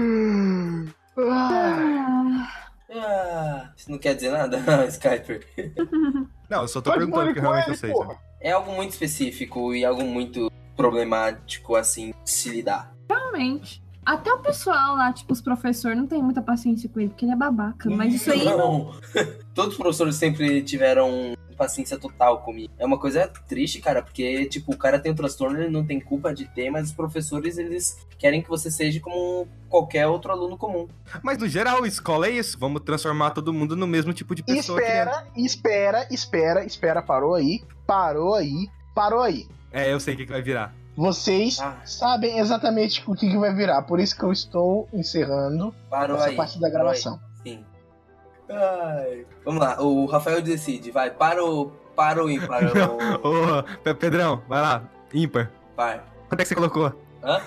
Ah, isso não quer dizer nada, Skyper?
Não, eu só tô perguntando porque realmente eu sei. Sabe?
É algo muito específico e algo muito problemático, assim, de se lidar.
Realmente. Até o pessoal lá, tipo, os professores, não tem muita paciência com ele, porque ele é babaca. Mas isso aí...
Não. Todos os professores sempre tiveram paciência total comigo. É uma coisa triste, cara, porque, tipo, o cara tem um transtorno, ele não tem culpa de ter, mas os professores, eles querem que você seja como qualquer outro aluno comum.
Mas, no geral, escola é isso. Vamos transformar todo mundo no mesmo tipo de pessoa.
Espera, espera, espera, espera. Parou aí, parou aí, parou aí.
É, eu sei o que, que vai virar.
Vocês ah. sabem exatamente o que, que vai virar. Por isso que eu estou encerrando
parou
essa
aí,
parte da gravação.
Sim. Ai. Vamos lá, o Rafael decide. Vai, parou, parou e parou.
Ô, Pedrão, vai lá. Ímpar.
Vai.
Quanto é que você colocou?
Hã?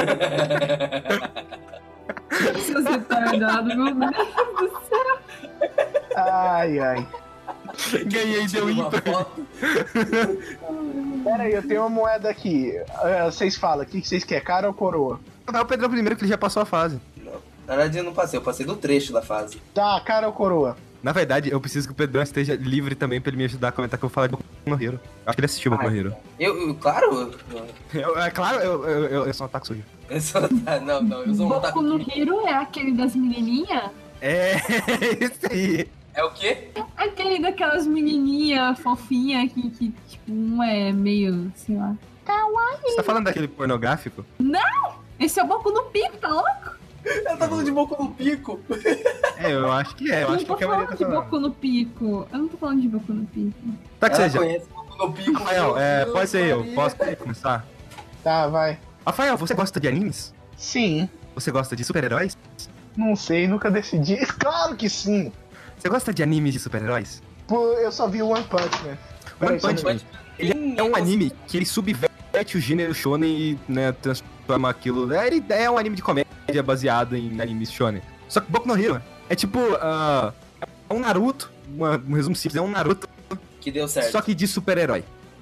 Seus retardados, meu Deus do céu.
Ai, ai.
Ganhei, deu ímpar.
Pera aí, eu tenho uma moeda aqui. Uh, vocês falam, o que vocês querem, cara ou coroa?
Vai o Pedrão primeiro, que ele já passou a fase.
Não. Na verdade, eu não passei, eu passei do trecho da fase.
Tá, cara ou coroa?
Na verdade, eu preciso que o Pedrão esteja livre também pra ele me ajudar a comentar que eu vou falar de Boku no Hero. Acho que ele assistiu Boku no Hero.
Eu, eu, claro.
Eu, é claro, eu, eu, eu, eu sou um otaku sujo.
Eu sou, não, não, eu sou um otaku.
Boku no Hero é aquele das menininhas?
É, isso aí.
É o quê?
Aquele daquelas menininhas fofinhas que, que, tipo, um é meio, sei lá... Kawaii.
Você tá falando daquele pornográfico?
Não! Esse é o Boku no Pico, tá louco?
Ela tá falando de Boku no Pico.
É, eu acho que é. Eu,
eu
acho que
não tô
a maioria
falando
tá
de Boku no Pico. Eu não tô falando de Boku no Pico.
Tá que
Ela
seja.
conhece Boku no Pico.
Rafael, é, pode ser eu. Posso começar?
Tá, vai.
Rafael, você gosta de animes?
Sim.
Você gosta de super-heróis?
Não sei, nunca decidi. Claro que sim.
Você gosta de animes de super-heróis?
Pô, eu só vi o One Punch Man.
One Punch Man, ele é um anime que ele subverte o gênero shonen e, né, transforma aquilo... É, ele é um anime de comédia baseado em animes shonen. Só que Boku no Hero é tipo... Uh, é um Naruto, uma, um resumo simples, é um Naruto...
Que deu certo.
Só que de super-herói.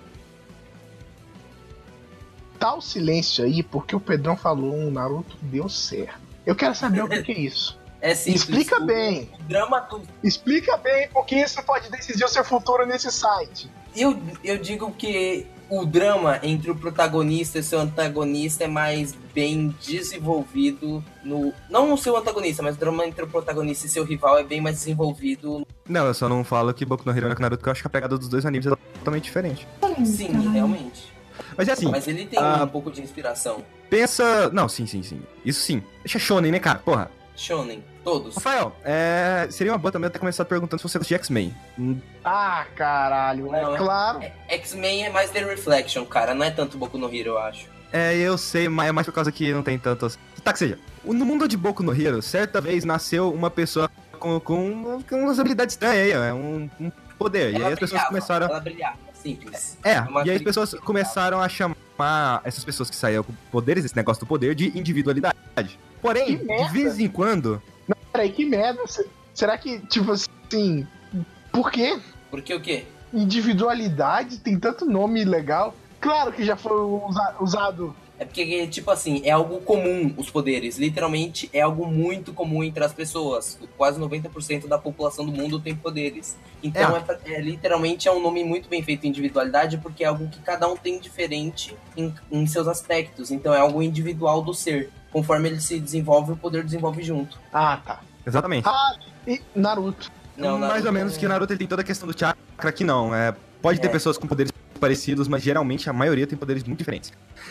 Tá o silêncio aí porque o Pedrão falou um Naruto deu certo. Eu quero saber o que, que é isso.
É simples.
Explica
o,
bem.
O drama do...
Explica bem, porque isso pode decidir o seu futuro nesse site.
Eu, eu digo que o drama entre o protagonista e seu antagonista é mais bem desenvolvido no... Não o seu antagonista, mas o drama entre o protagonista e seu rival é bem mais desenvolvido. No...
Não, eu só não falo que Boku no Hero é Naruto, porque eu acho que a pegada dos dois animes é totalmente diferente.
Sim, realmente.
Mas é assim...
Mas ele tem
uh,
um pouco de inspiração.
Pensa... Não, sim, sim, sim. Isso sim. Deixa shonen, né, cara? Porra.
Shonen. Todos.
Rafael, é... seria uma boa também até começar perguntando se você gosta de X-Men. Hum.
Ah, caralho,
não,
é claro.
É, X-Men é mais The Reflection, cara, não é tanto Boku no Hero, eu acho.
É, eu sei, mas é mais por causa que não tem tantos... Tá que seja, no mundo de Boku no Hero, certa vez nasceu uma pessoa com, com, com umas habilidades estranhas aí, um, um poder. Ela e aí as pessoas começaram...
Ela brilhava, simples.
É, e aí as pessoas começaram a chamar essas pessoas que saíam com poderes, esse negócio do poder, de individualidade. Porém, de vez em quando...
Não, peraí, que merda. Será que, tipo assim... Por quê?
Por que o quê?
Individualidade tem tanto nome legal. Claro que já foi usa- usado...
É porque, tipo assim, é algo comum os poderes. Literalmente, é algo muito comum entre as pessoas. Quase noventa por cento da população do mundo tem poderes. Então, é. É, é, literalmente, é um nome muito bem feito, individualidade, porque é algo que cada um tem diferente em, em seus aspectos. Então, é algo individual do ser. Conforme ele se desenvolve, o poder desenvolve junto.
Ah, tá.
Exatamente.
Ah, e Naruto.
Não,
Mais
Naruto
ou menos
é...
que Naruto ele tem toda a questão do chakra, que não. É, pode ter
É.
pessoas com poderes parecidos, mas geralmente a maioria tem poderes muito diferentes.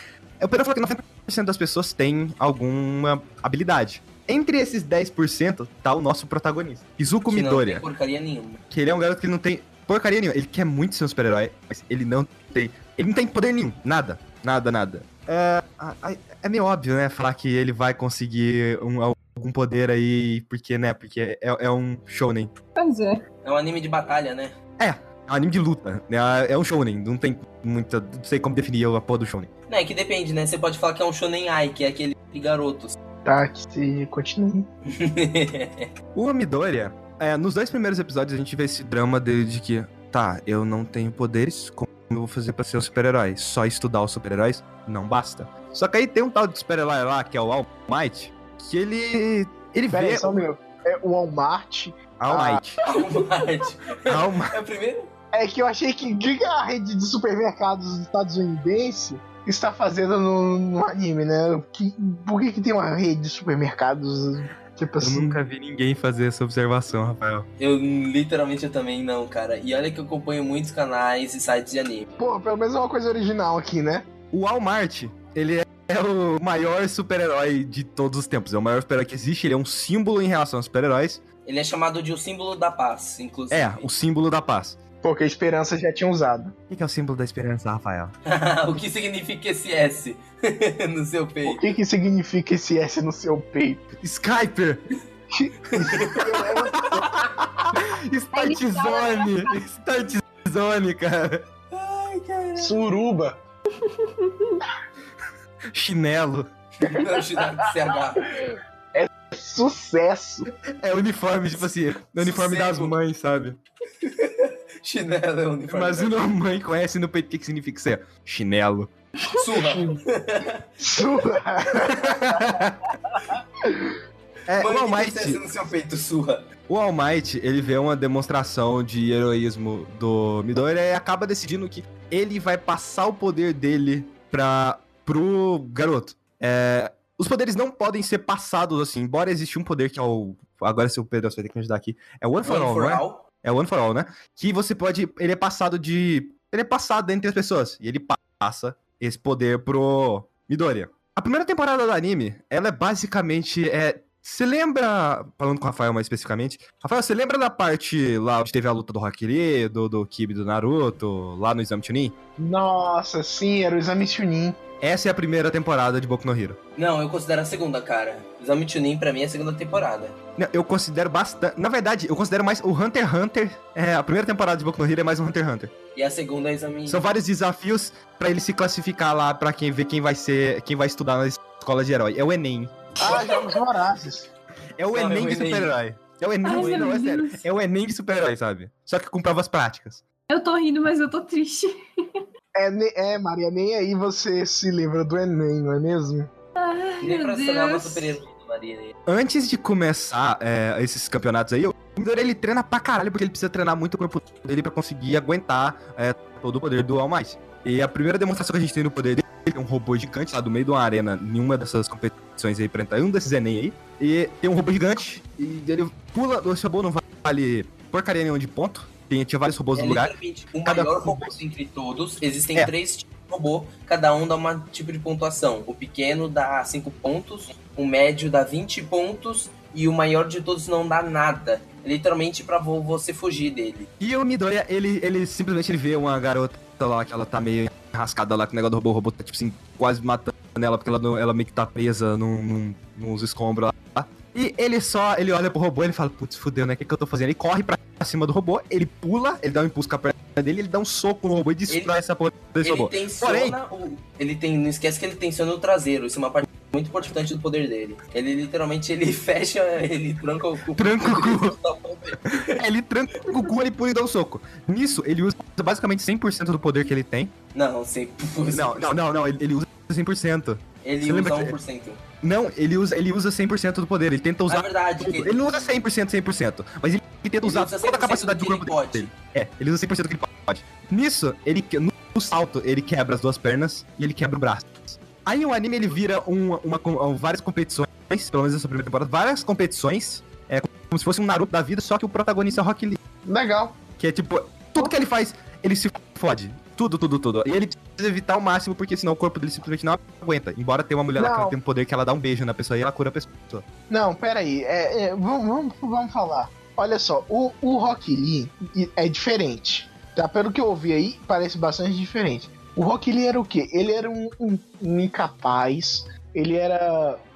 O Pedro falou que noventa por cento das pessoas têm alguma habilidade. Entre esses dez por cento tá o nosso protagonista, Izuku
que
Midoriya.
não tem porcaria nenhuma.
Que ele é um garoto que ele não tem porcaria nenhuma. Ele quer muito ser um super-herói, mas ele não tem... Ele não tem poder nenhum. Nada. Nada, nada. É, é meio óbvio, né? Falar que ele vai conseguir um, algum poder aí, porque, né? Porque é, é um shounen.
Pois é.
É um anime de batalha, né?
É. É um anime de luta. É, é um shounen. Não tem muita... Não sei como definir a porra do shounen.
Não, é que depende, né? Você pode falar que é um shonen ai, que é aquele de garotos.
Tá, que se continue.
O Midoriya, é, nos dois primeiros episódios a gente vê esse drama dele de que, tá, eu não tenho poderes, como eu vou fazer pra ser um super-herói? Só estudar os super-heróis não basta. Só que aí tem um tal de super-herói lá, que é o All Might, que ele... Ele
Pera
vê...
aí, só um minuto. É o Walmart.
All Might.
Walmart.
All Might.
É o primeiro?
É que eu achei que que a rede de supermercados estadunidense está fazendo no, no anime, né? Que, por que, que tem uma rede de supermercados, tipo
Eu
assim?
nunca vi ninguém fazer essa observação, Rafael.
Eu, literalmente, eu também não, cara. E olha que eu acompanho muitos canais e sites de anime.
Pô, pelo menos é uma coisa original aqui, né?
O Walmart, ele é é o maior super-herói de todos os tempos. É o maior super-herói que existe. Ele é um símbolo em relação aos super-heróis.
Ele é chamado de o símbolo da paz, inclusive.
É, o símbolo da paz.
Porque a esperança já tinha usado.
O que é o símbolo da esperança, Rafael?
O que significa esse S no seu
O
peito?
que que significa esse S no seu peito?
Skyper! Start Zone! Start Zone, cara!
Ai, caralho.
Suruba.
Chinelo.
Não, chinelo de C H.
Sucesso.
É uniforme, tipo assim, é uniforme das
Sossego.
mães, sabe?
Chinelo é um uniforme.
Imagina uma mãe conhece no peito o que que significa isso aí. Chinelo.
Surra.
Surra.
É,
Mãe,
o All
que
Might,
tem no seu peito, surra.
o All Might, ele vê uma demonstração de heroísmo do Midoriya e acaba decidindo que ele vai passar o poder dele pra, pro garoto. É, os poderes não podem ser passados assim, embora exista um poder que é o... Agora se o Pedro vai ter que me ajudar aqui. É o One for
One
All,
for
não é?
all.
É o One for All, né? Que você pode... Ele é passado de... Ele é passado entre as pessoas. E ele passa esse poder pro Midoriya. A primeira temporada do anime, ela é basicamente... É, você lembra... Falando com o Rafael mais especificamente. Rafael, você lembra da parte lá onde teve a luta do Rock Lee, do, do Kiba e do Naruto, lá no Exame Chunin?
Nossa, sim, era o exame Chunin.
Essa é a primeira temporada de Boku no Hero.
Não, eu considero a segunda, cara. Exame Chunin pra mim é a segunda temporada.
Não, eu considero bastante... Na verdade, eu considero mais o Hunter x Hunter... É, a primeira temporada de Boku no Hero é mais um Hunter x Hunter.
E a segunda é o Exame...
São vários desafios pra ele se classificar lá, pra quem ver quem vai ser, quem vai estudar na escola de herói. É o Enem.
Ah, Jogos Vorazes.
É o
Não,
Enem
é o
de
Enem.
super-herói. É o Enem,
Ai,
não,
meu
é sério.
Deus.
É o Enem de super-herói, sabe? Só que com provas práticas.
Eu tô rindo, mas eu tô triste.
É, ne- é, Maria, nem aí você se lembra do Enem, não é mesmo?
Ai,
Nem
meu
pra se tornar uma
Deus.
super-herói, Maria.
Antes de começar é, esses campeonatos aí, o Midoriya, ele treina pra caralho, porque ele precisa treinar muito o corpo dele pra conseguir aguentar é, todo o poder do All Might. E a primeira demonstração que a gente tem do poder dele é um robô gigante lá do meio de uma arena, em uma dessas competições aí, pra entrar em um desses Enem aí. E tem um robô gigante, e ele pula, o robô não vale porcaria nenhuma de ponto. Tem, tinha vários robôs
É
no lugar.
literalmente o
Cada-
maior robô entre todos. Existem
É.
três tipos de robô, cada um dá um tipo de pontuação. O pequeno dá cinco pontos, o médio dá vinte pontos e o maior de todos não dá nada. É literalmente pra vo- você fugir dele.
E o Midoriya, ele, ele simplesmente ele vê uma garota lá que ela tá meio enrascada lá com o negócio do robô. O robô tá, tipo assim, quase matando ela, porque ela, não- ela meio que tá presa num, num, nos escombros lá. E ele só, ele olha pro robô e ele fala, putz, fudeu, né? O que, que eu tô fazendo? Ele corre pra cima do robô, ele pula, ele dá um impulso com a perna dele, ele dá um soco no robô e destrói
Ele-
essa porra desse
Ele
robô.
tensiona o. Ele tem. Não esquece que ele tensiona o traseiro. Isso é uma parte muito importante do poder dele. Ele literalmente ele fecha, ele tranca o cu.
Tranca o cu. Ele tranca o cu, ele pula e dá um soco. Nisso, ele usa basicamente cem por cento do poder que ele tem.
Não, sim.
Não, não, não, não, ele, ele usa cem por cento.
Ele
Você lembra
usa
que-
um por cento.
Não, ele usa, ele usa cem por cento do poder, ele tenta
É
usar...
verdade. que
Ele não usa cem por cento, cem por cento, mas ele tenta
Ele
usar
usa
toda a
cem por cento
capacidade do
do que
corpo
ele pode.
dele. É, ele usa cem por cento do que ele pode. Nisso, ele, que- no, no salto, ele quebra as duas pernas e ele quebra o braço. Aí o anime, ele vira um- uma, com- várias competições, pelo menos nessa primeira temporada, várias competições, é, como se fosse um Naruto da vida, só que o protagonista é o Rock Lee.
Legal.
Que é tipo, tudo que ele faz, ele se fode. Tudo, tudo, tudo. E ele precisa evitar o máximo, porque senão o corpo dele simplesmente não aguenta. Embora tenha uma mulher lá que
Não.
ela tem um poder que ela dá um beijo na pessoa e ela cura a pessoa.
Não, pera aí. É, é, vamos, vamos, vamos falar. Olha só, o, o Rock Lee é diferente. Tá? Pelo que eu ouvi aí, parece bastante diferente. O Rock Lee era o quê? Ele era um, um- um incapaz. Ele era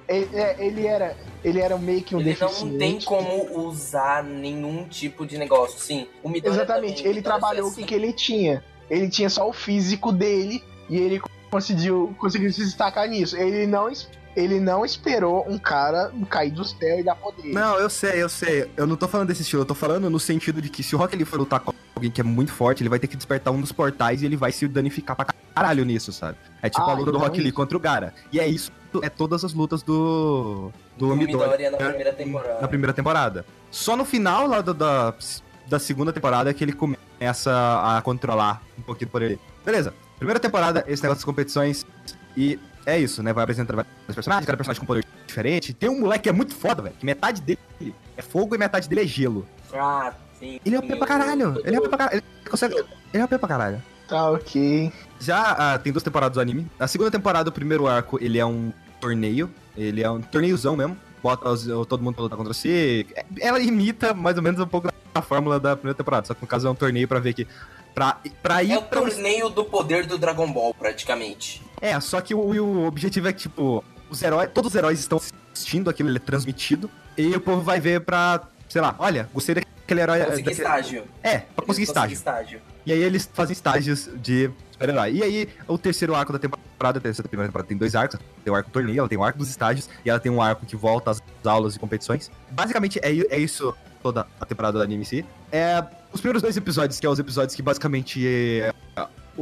Ele, é, ele era. Ele era meio que um
Ele
deficiente.
não tem como usar nenhum tipo de negócio. Sim, o Midoriya
Exatamente,
também, o
ele
Midoriya
trabalhou
foi
o que,
assim.
que ele tinha. Ele tinha só o físico dele e ele conseguiu, conseguiu se destacar nisso. Ele não, es- ele não esperou um cara cair do céu e dar poder.
Não, eu sei, eu sei. Eu não tô falando desse estilo, eu tô falando no sentido de que se o Rock ele for lutar com alguém que é muito forte, ele vai ter que despertar um dos portais e ele vai se danificar pra caralho nisso, sabe? É tipo
Ah,
a luta do
então
Rock Lee
isso.
contra o Gaara. E é isso, é todas as lutas do. Do
O
Midoriya
Midoriya na primeira temporada.
na primeira temporada. Só no final lá do- da, da segunda temporada é que ele começa a controlar um pouquinho por ele. Beleza, primeira temporada, esse negócio das competições. E é isso, né? Vai apresentando vários personagens, cada personagem com poder diferente. Tem um moleque que é muito foda, velho. Que metade dele é fogo e metade dele é gelo.
Ah, sim.
Ele é O P pra caralho. Ele é O P pra caralho. Ele consegue. Ele é O P pra caralho.
Tá, ok.
Já ah, tem duas temporadas do anime. A segunda temporada, o primeiro arco, ele é um torneio. Ele é um torneiozão mesmo. Bota os- todo mundo pra lutar contra si. Ela imita mais ou menos um pouco da fórmula da primeira temporada. Só que no caso é um torneio pra ver que. Pra, pra ir
É o
pra um-
torneio do poder do Dragon Ball, praticamente.
É, só que o, o objetivo é que, tipo, os heróis. Todos os heróis estão assistindo aquilo, ele é transmitido. E o povo vai ver pra. Sei lá, olha, gostei daquele herói.
Conseguir
daquele-
estágio.
É, pra conseguir estágio.
estágio.
E aí eles fazem estágios de super-herói. E aí, o terceiro arco da temporada, essa primeira temporada tem dois arcos. Tem o arco torneio, ela tem o arco dos estágios, e ela tem um arco que volta às aulas e competições. Basicamente, é, i- é isso toda a temporada do anime em si. É, os primeiros dois episódios, que é os episódios que basicamente é, o...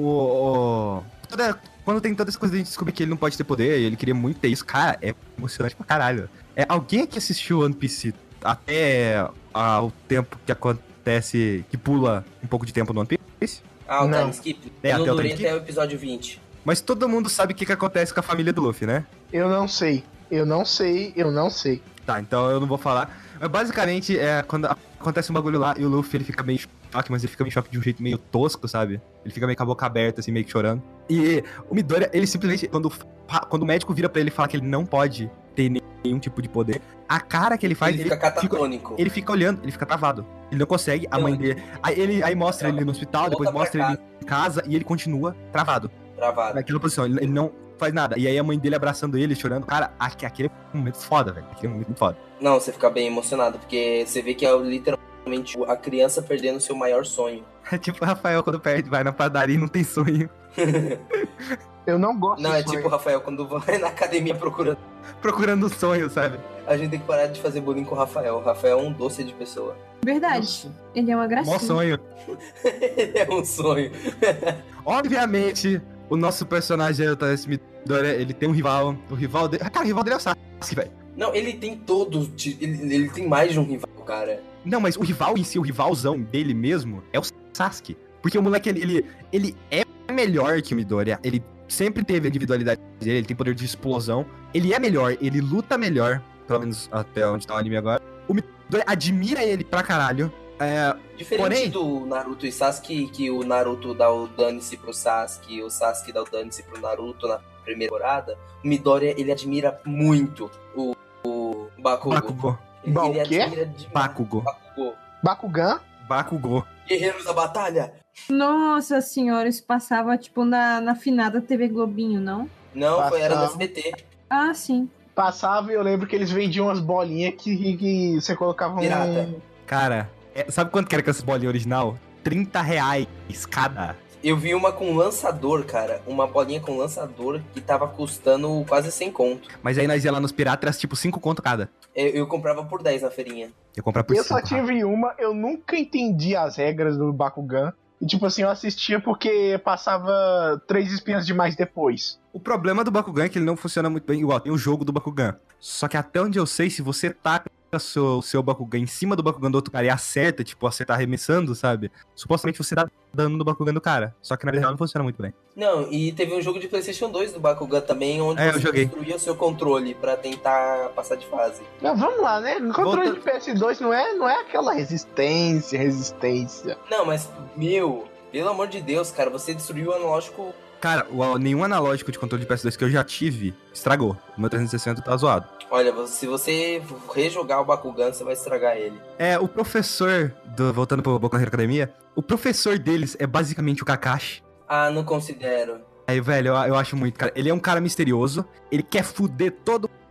o toda, quando tem toda essa coisa de a gente descobrir que ele não pode ter poder, e ele queria muito ter isso, cara, é emocionante pra caralho. É, alguém aqui assistiu One Piece até ah, o tempo que acontece, que pula um pouco de tempo no One Piece?
Ah, o
Não.
time skip.
É,
Eu
até
não
o
durei
time skip?
até o episódio vinte.
Mas todo mundo sabe o que, que acontece com a família do Luffy, né?
Eu não sei. Eu não sei, eu não sei.
Tá, então eu não vou falar. Mas basicamente, é quando acontece um bagulho lá e o Luffy ele fica meio em choque, mas ele fica meio em choque de um jeito meio tosco, sabe? Ele fica meio com a boca aberta, assim, meio que chorando. E o Midoriya, ele simplesmente, quando, quando o médico vira pra ele e fala que ele não pode ter nenhum tipo de poder, a cara que ele faz.
Ele fica catatônico.
Ele fica olhando, ele fica travado. Ele não consegue, a
Não,
mãe dele. Aí, ele, aí mostra ele no hospital, depois
Volta pra
mostra ele em casa e ele continua travado.
Travado.
Naquela posição, ele, ele não faz nada. E aí a mãe dele abraçando ele, chorando. Cara, aque- aquele é um momento foda, velho. Aquele é um momento muito foda.
Não, você fica bem emocionado, porque você vê que é literalmente a criança perdendo o seu maior sonho.
É tipo o Rafael quando perde, vai na padaria e não tem sonho.
Eu não gosto
Não, é
disso,
tipo o Rafael quando vai na academia procurando.
Procurando sonho, sabe?
A gente tem que parar de fazer bullying com o Rafael. O Rafael é um doce de pessoa.
Verdade. Ele é uma gracinha.
Mó sonho.
Ele é um sonho.
Obviamente, o nosso personagem, tá, esse Midoriya, ele tem um rival. O rival dele. Cara, o rival dele é o Sasuke, velho.
Não, ele tem todos. de- Ele, ele tem mais de um rival, cara.
Não, mas o rival em si, o rivalzão dele mesmo, é o Sasuke. Porque o moleque, ele, ele, ele é melhor que o Midoriya. Ele sempre teve a individualidade dele, ele tem poder de explosão. Ele é melhor, ele luta melhor. Pelo menos até onde tá o anime agora. O Midoriya admira ele pra caralho. É,
Diferente
Porém-
do Naruto e Sasuke, que o Naruto dá o dane-se pro Sasuke, o Sasuke dá o dane-se pro Naruto na primeira temporada, o Midoriya, ele admira muito o, o Bakugo.
Bakugo.
Ele,
Ba-
ele
o quê?
admira demais
Bakugo.
o Bakugo.
Bakugan?
Bakugo.
Guerreiros da Batalha.
Nossa senhora, isso passava, tipo, na, na finada T V Globinho, não?
Não, foi, era no
Passava.
S B T.
Ah, sim.
Passava e eu lembro que eles vendiam umas bolinhas que, que você colocava
Pirata.
um...
Cara, é- sabe quanto que era com essa bolinha original? trinta reais cada.
Eu vi uma com lançador, cara. Uma bolinha com lançador que tava custando quase cem conto.
Mas aí nós ia lá nos piratas, tipo cinco conto cada.
Eu, eu comprava por dez na feirinha.
Eu comprar por
Eu só
cinco,
tive uma, eu nunca entendi as regras do Bakugan. E tipo assim, eu assistia porque passava três espinhas demais depois.
O problema do Bakugan é que ele não funciona muito bem. Igual, tem o jogo do Bakugan. Só que até onde eu sei, se você taca o seu, seu Bakugan em cima do Bakugan do outro cara e acerta, tipo, acertar arremessando, sabe? Supostamente você dá dano no Bakugan do cara. Só que na verdade não funciona muito bem.
Não, e teve um jogo de PlayStation dois do Bakugan também, onde
É, eu
você
joguei.
destruía o seu controle pra tentar passar de fase.
Mas vamos lá, né? O controle
Volta-
de P S dois não é, não é aquela resistência, resistência.
Não, mas, meu, pelo amor de Deus, cara, você destruiu o analógico.
Cara, o, nenhum analógico de controle de P S dois que eu já tive estragou. O meu trezentos e sessenta tá zoado.
Olha, se você rejogar o Bakugan, você vai estragar ele.
É, o professor, do, voltando pro Boku no Hero Academia, o professor deles é basicamente o Kakashi.
Ah, não considero.
Aí, velho, eu, eu acho muito, cara. Ele é um cara misterioso, ele quer fuder todo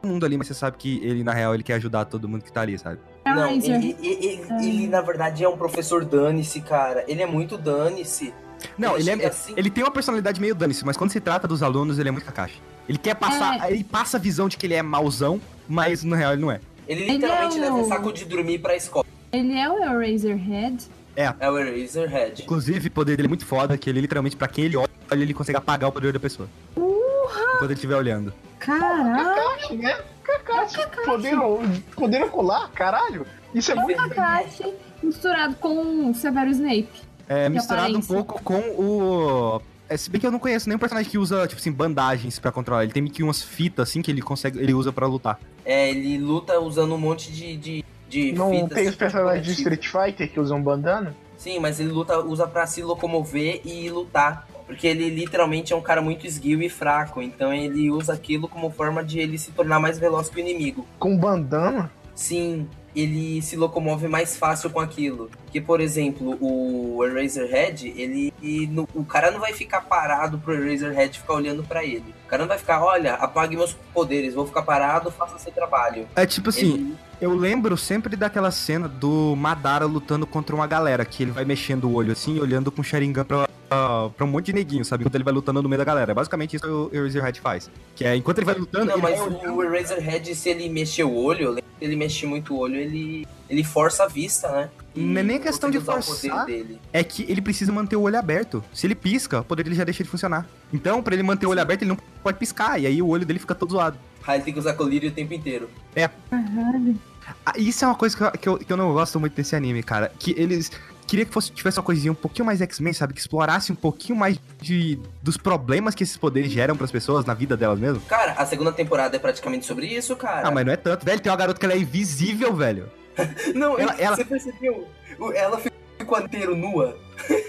mundo ali, mas você sabe que ele, na real, ele quer ajudar todo mundo que tá ali, sabe?
Não,
Razer.
ele, ele, ele, ele, na verdade é um professor dane-se, cara. Ele é muito dane-se.
Não, ele,
chega
é,
assim-
ele tem uma personalidade meio dane-se, mas quando se trata dos alunos, ele é muito Kakashi. Ele quer passar, ele passa a visão de que ele é mauzão, mas na real ele não é.
Ele
Ele
literalmente
é
leva
o-
um saco de dormir pra escola.
Ele é o Eraserhead.
É o Eraserhead.
Inclusive, o poder dele é muito foda, que ele literalmente, pra quem ele olha, ele consegue apagar o poder da pessoa. Enquanto ele estiver olhando.
Caraca,
Kakashi, né? Kakashi. Poder, poder ocular, caralho. Isso é
o
muito...
Kakashi misturado com o Severo Snape.
É,
Que
misturado um
aparência.
pouco com o... É, se bem que eu não conheço nenhum personagem que usa, tipo assim, bandagens pra controlar. Ele tem meio que umas fitas, assim, que ele consegue, ele usa pra lutar.
É, ele luta usando um monte de, de, de
Não
fitas.
tem os personagens de
decorativas.
Street Fighter que usam bandana?
Sim, mas ele luta, usa pra se locomover e lutar. Porque ele literalmente é um cara muito esguio e fraco. Então ele usa aquilo como forma de ele se tornar mais veloz que o inimigo.
Com bandana?
Sim, ele se locomove mais fácil com aquilo. Que, por exemplo, o Eraserhead, ele, e no- o cara não vai ficar parado pro Eraserhead ficar olhando pra ele. O cara não vai ficar, olha, apague meus poderes, vou ficar parado, faça seu trabalho.
É tipo assim,
Ele-
eu lembro sempre daquela cena do Madara lutando contra uma galera, que ele vai mexendo o olho assim, olhando com o Sharingan pra, pra, pra um monte de neguinho, sabe? Enquanto ele vai lutando no meio da galera. É basicamente isso que o Eraserhead faz. Que é, enquanto ele vai lutando,
Não,
ele
mas
vai olhando.
o Eraserhead, se ele mexer o olho, se ele mexer muito o olho, ele, ele força a vista, né? E
Não é nem questão de
consegue usar o
forçar.
poder dele.
É que ele precisa manter o olho aberto. Se ele pisca, o poder dele já deixa de funcionar. Então, pra ele manter o olho aberto, ele não pode piscar, e aí o olho dele fica todo zoado.
Ah, ele tem que usar colírio o tempo inteiro.
Caralho.
Ah, isso é uma coisa que eu, que, eu, que eu não gosto muito desse anime, cara. Que eles... Queria que fosse, tivesse uma coisinha um pouquinho mais X-Men, sabe? Que explorasse um pouquinho mais de, dos problemas que esses poderes geram pras pessoas na vida delas mesmo.
Cara, a segunda temporada é praticamente sobre isso, cara.
Ah, mas não é tanto. Velho, tem uma garota que ela é invisível, velho.
Não,
ela- ela-
você percebeu? O- Ela ficou inteiro nua.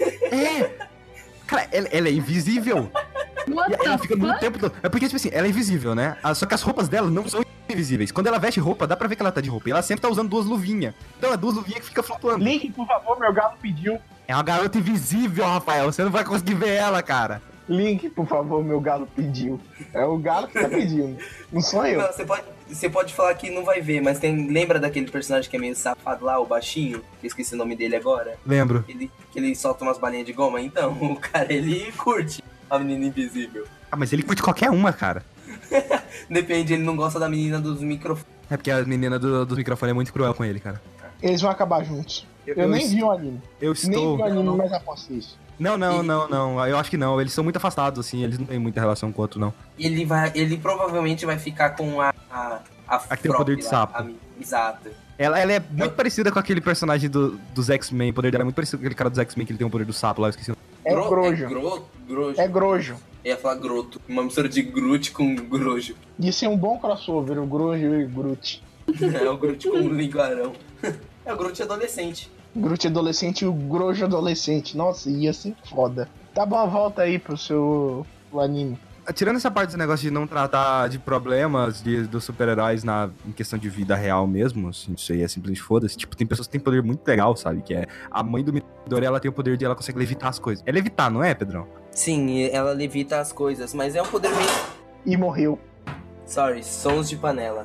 É! Cara, ela, ela é invisível.
What
E ela
the
fica no
fuck?
tempo todo. É porque, tipo assim, ela é invisível, né? Ah, Só que as roupas dela não são invisíveis. Quando ela veste roupa, dá pra ver que ela tá de roupa. E ela sempre tá usando duas luvinhas. Então é duas luvinhas que fica flutuando.
Link, por favor, meu galo pediu.
É uma garota invisível, Rafael. Você não vai conseguir ver ela, cara.
Link, por favor, meu galo pediu. É o galo que tá pedindo. Não sou eu.
Não, você pode, você pode falar que não vai ver, mas tem. Lembra daquele personagem que é meio safado lá, o baixinho? Que eu esqueci o nome dele agora.
Lembro.
Ele, que ele solta umas balinhas de goma. Então, o cara, ele curte a menina invisível.
Ah, mas ele curte qualquer uma, cara.
Depende, ele não gosta da menina dos microfones.
É porque a menina do, dos microfones é muito cruel com ele, cara.
Eles vão acabar juntos. Eu,
eu
nem
est-
vi o anime.
Eu
Nem
estou...
vi o anime, mas aposto isso.
Não, não,
E-
não, não. Eu acho que não. Eles são muito afastados, assim. Eles não têm muita relação com o outro, não.
Ele vai. Ele provavelmente vai ficar com a. A, a
que tem o poder de
Frog lá,
sapo.
a mi- exato.
Ela, ela é muito parecida com aquele personagem do, dos X-Men. O poder dela é muito parecido com aquele cara dos X-Men que ele tem o poder do sapo lá, eu esqueci. o nome.
É
Gro-
grojo.
É gro, grojo.
É grojo.
Eu ia falar groto. Uma mistura de Groot com grojo.
Ia ser um bom crossover, o Grojo e o Groot.
É o Groot com um linguarão. É o Groot adolescente.
Groot adolescente e o Grojo adolescente. Nossa, ia ser foda. Tá bom, volta aí pro seu pro anime.
Tirando essa parte do negócio de não tratar de problemas de, dos super-heróis na em questão de vida real mesmo, assim, isso aí é simplesmente foda-se. Tipo, tem pessoas que têm poder muito legal, sabe? Que é a mãe do Midori, ela tem o poder de ela consegue levitar as coisas. É levitar, não é, Pedrão?
Sim, ela levita as coisas, mas é um poder meio.
E morreu.
Sorry, sons de panela.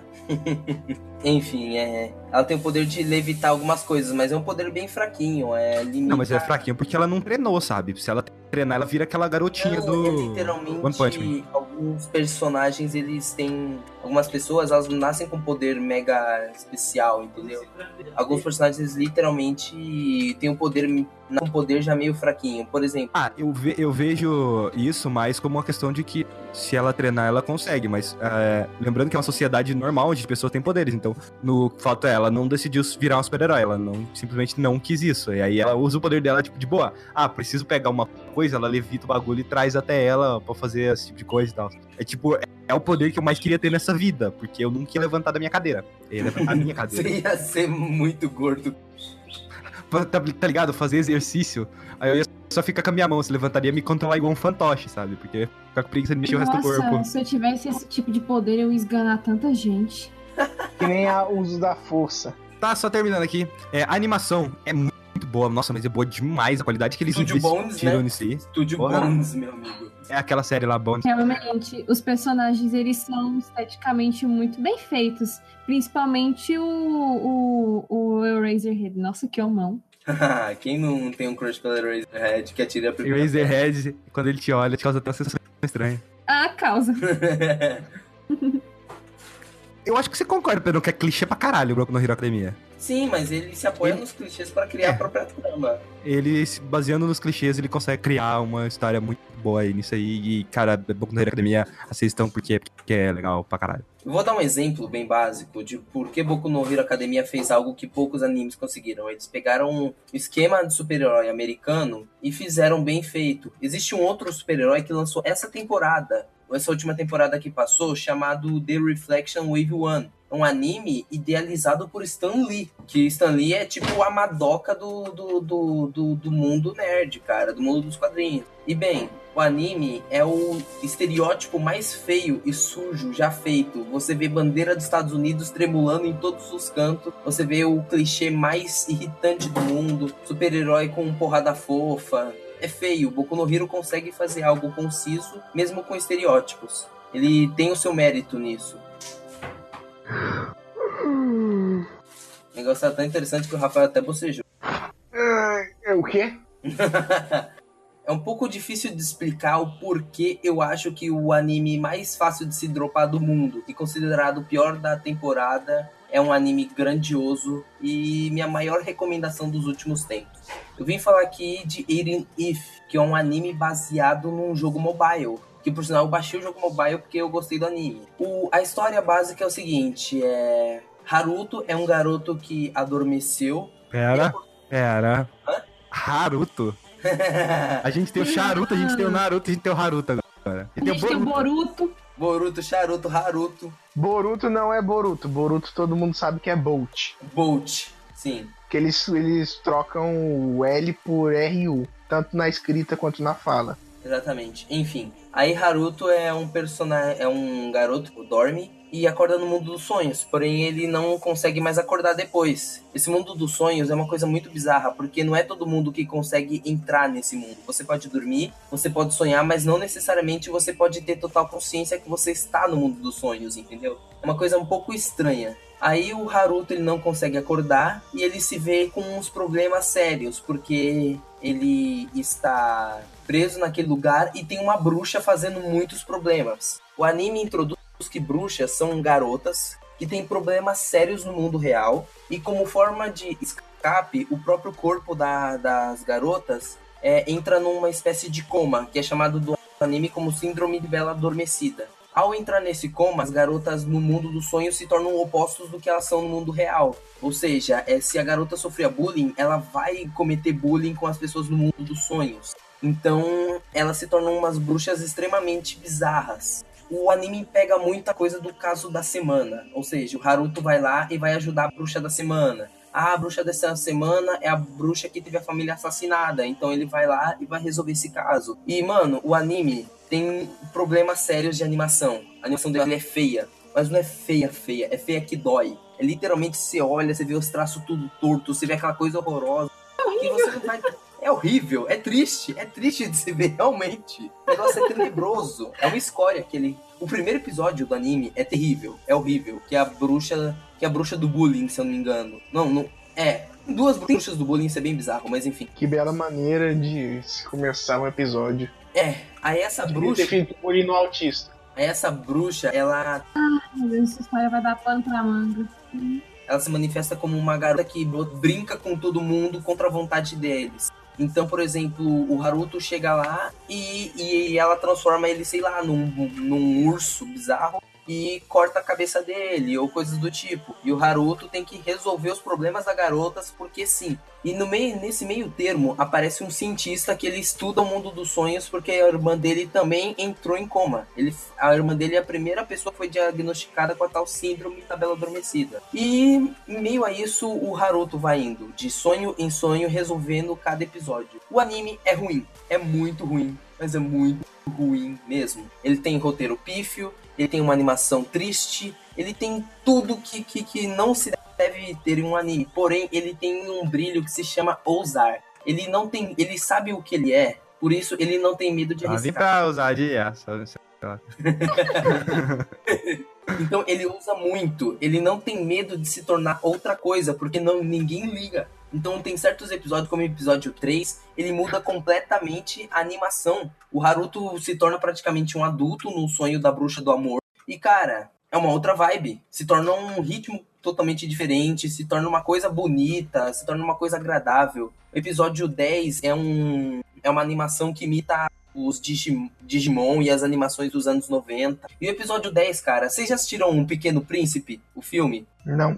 Enfim, é. Ela tem o poder de levitar algumas coisas, mas é um poder bem fraquinho. É limitar...
Não, mas é fraquinho porque ela não treinou, sabe? Se ela treinar, ela vira aquela garotinha
Não,
do
é literalmente
One Punch Man.
alguns personagens, eles têm. Algumas pessoas, elas não nascem com poder mega especial, entendeu? Alguns personagens, eles literalmente têm um poder, um poder já meio fraquinho. Por exemplo,
Ah, eu, ve- eu vejo isso mais como uma questão de que se ela treinar, ela consegue, mas é, lembrando que é uma sociedade normal onde as pessoas têm poderes, então no fato é, ela não decidiu virar uma super-herói, ela não, simplesmente não quis isso, e aí ela usa o poder dela, tipo, de boa, ah, preciso pegar uma coisa, ela levita o bagulho e traz até ela pra fazer esse tipo de coisa e tal. É tipo, é, é o poder que eu mais queria ter nessa vida, porque eu nunca ia levantar da minha cadeira, eu ia levantar a minha cadeira.
você ia ser muito gordo.
Tá, tá ligado? Fazer exercício, aí eu ia só ficar com a minha mão, se levantaria e me controlar igual um fantoche, sabe? Porque eu ia ficar com preguiça de mexer o resto do corpo.
Nossa, se eu tivesse esse tipo de poder, eu ia esganar tanta gente.
Que nem a uso da força.
Tá, só terminando aqui. É, a animação é muito boa. Nossa, mas é boa demais a qualidade que eles
Studio Bones,
investiram
né?
nisso aí.
Estúdio
Porra.
Bones, meu amigo.
É aquela série lá, Bones.
Realmente, os personagens, eles são esteticamente muito bem feitos. Principalmente o, o, o Eraserhead. Nossa, que homão.
Quem não tem um crush pelo Eraserhead que atira a primeira
Eraserhead, quando ele te olha, te causa até uma sensação estranha.
Ah, causa.
Eu acho que você concorda, Pedro, que é clichê pra caralho o Boku no Hero Academia.
Sim, mas ele se apoia
Ele-
nos clichês pra criar
É.
a própria trama.
Ele, se baseando nos clichês, ele consegue criar uma história muito boa aí nisso aí. E, cara, Boku no Hero Academia assistam porque, porque é legal pra caralho.
Eu vou dar um exemplo bem básico de por que Boku no Hero Academia fez algo que poucos animes conseguiram. Eles pegaram um esquema de super-herói americano e fizeram bem feito. Existe um outro super-herói que lançou essa temporada, essa última temporada que passou, chamado The Reflection Wave One. Um anime idealizado por Stan Lee. Que Stan Lee é tipo a Madoka do, do, do, do, do mundo nerd, cara. Do mundo dos quadrinhos. E bem, o anime é o estereótipo mais feio e sujo já feito. Você vê bandeira dos Estados Unidos tremulando em todos os cantos. Você vê o clichê mais irritante do mundo. Super-herói com porrada fofa. É feio. Boku no Hero consegue fazer algo conciso, mesmo com estereótipos. Ele tem o seu mérito nisso. O negócio tá tão interessante que o Rafael até bocejou.
É o quê?
É um pouco difícil de explicar o porquê eu acho que o anime mais fácil de se dropar do mundo e considerado o pior da temporada é um anime grandioso e minha maior recomendação dos últimos tempos. Eu vim falar aqui de Eren If, que é um anime baseado num jogo mobile. Que, por sinal, eu baixei o jogo mobile porque eu gostei do anime. O, a história básica é o seguinte, é... Haruto é um garoto que adormeceu.
Pera, pera.
Hã?
Haruto? A gente tem o Charuto, a gente tem o Naruto, a gente tem o Haruto agora.
A gente tem o Boruto.
Boruto, Charuto, Haruto,
Boruto não é Boruto. Boruto todo mundo sabe que é Bolt.
Bolt. Sim.
Que eles, eles trocam o L por R U, tanto na escrita quanto na fala.
Exatamente. Enfim, aí Haruto é um personagem, é um garoto que dorme e acorda no mundo dos sonhos, porém ele não consegue mais acordar depois. Esse mundo dos sonhos é uma coisa muito bizarra, porque não é todo mundo que consegue entrar nesse mundo. Você pode dormir, você pode sonhar, mas não necessariamente você pode ter total consciência que você está no mundo dos sonhos, entendeu? É uma coisa um pouco estranha. Aí o Haruto ele não consegue acordar e ele se vê com uns problemas sérios, porque ele está preso naquele lugar e tem uma bruxa fazendo muitos problemas. O anime introduz que bruxas são garotas que têm problemas sérios no mundo real e como forma de escape, o próprio corpo da, das garotas é, entra numa espécie de coma, que é chamado do anime como Síndrome de Bela Adormecida. Ao entrar nesse coma, as garotas no mundo dos sonhos se tornam opostos do que elas são no mundo real. Ou seja, é, se a garota sofria bullying, ela vai cometer bullying com as pessoas no mundo dos sonhos. Então, elas se tornam umas bruxas extremamente bizarras. O anime pega muita coisa do caso da semana. Ou seja, o Haruto vai lá e vai ajudar a bruxa da semana. Ah, a bruxa dessa semana é a bruxa que teve a família assassinada. Então ele vai lá e vai resolver esse caso. E, mano, o anime tem problemas sérios de animação. A animação dele é feia. Mas não é feia, feia. É feia que dói. É literalmente, você olha, você vê os traços tudo torto, você vê aquela coisa horrorosa. Que você não vai... É horrível, é triste, é triste de se ver realmente. O negócio é tenebroso, é uma escória aquele. O primeiro episódio do anime é terrível, é horrível, que é a bruxa, que é a bruxa do bullying, se eu não me engano. Não, não, é, duas bruxas do bullying, isso é bem bizarro, mas enfim.
Que bela maneira de se começar um episódio.
É, aí essa bruxa,
Ter feito bullying no autista.
aí essa bruxa, ela
Meu Deus, essa história vai dar pano pra manga.
ela se manifesta como uma garota que brinca com todo mundo contra a vontade deles. Então, por exemplo, o Haruto chega lá e, e ela transforma ele, sei lá, num, num urso bizarro e corta a cabeça dele, ou coisas do tipo. E o Haruto tem que resolver os problemas da garota, porque sim. E no meio, nesse meio termo, aparece um cientista que ele estuda o mundo dos sonhos, porque a irmã dele também entrou em coma. Ele, a irmã dele é a primeira pessoa que foi diagnosticada com a tal síndrome da Bela Adormecida. E em meio a isso, o Haruto vai indo de sonho em sonho, resolvendo cada episódio. O anime é ruim, é muito ruim, mas é muito ruim mesmo. Ele tem roteiro pífio, ele tem uma animação triste, ele tem tudo que, que, que não se deve ter em um anime, porém ele tem um brilho que se chama ousar. Ele não tem, ele sabe o que ele é, Por isso, ele não tem medo de
Ah, vem
arriscar.
pra usar de essa.
Então, ele usa muito. Ele não tem medo de se tornar outra coisa, porque não, ninguém liga. Então, tem certos episódios, como o episódio três, ele muda completamente a animação. O Haruto se torna praticamente um adulto no sonho da bruxa do amor. E, cara, é uma outra vibe. Se torna um ritmo totalmente diferente, se torna uma coisa bonita, se torna uma coisa agradável. O episódio dez é, um, é uma animação que imita os Digi- Digimon e as animações dos anos noventa. E o episódio dez, cara, vocês já assistiram Um Pequeno Príncipe, o filme?
Não.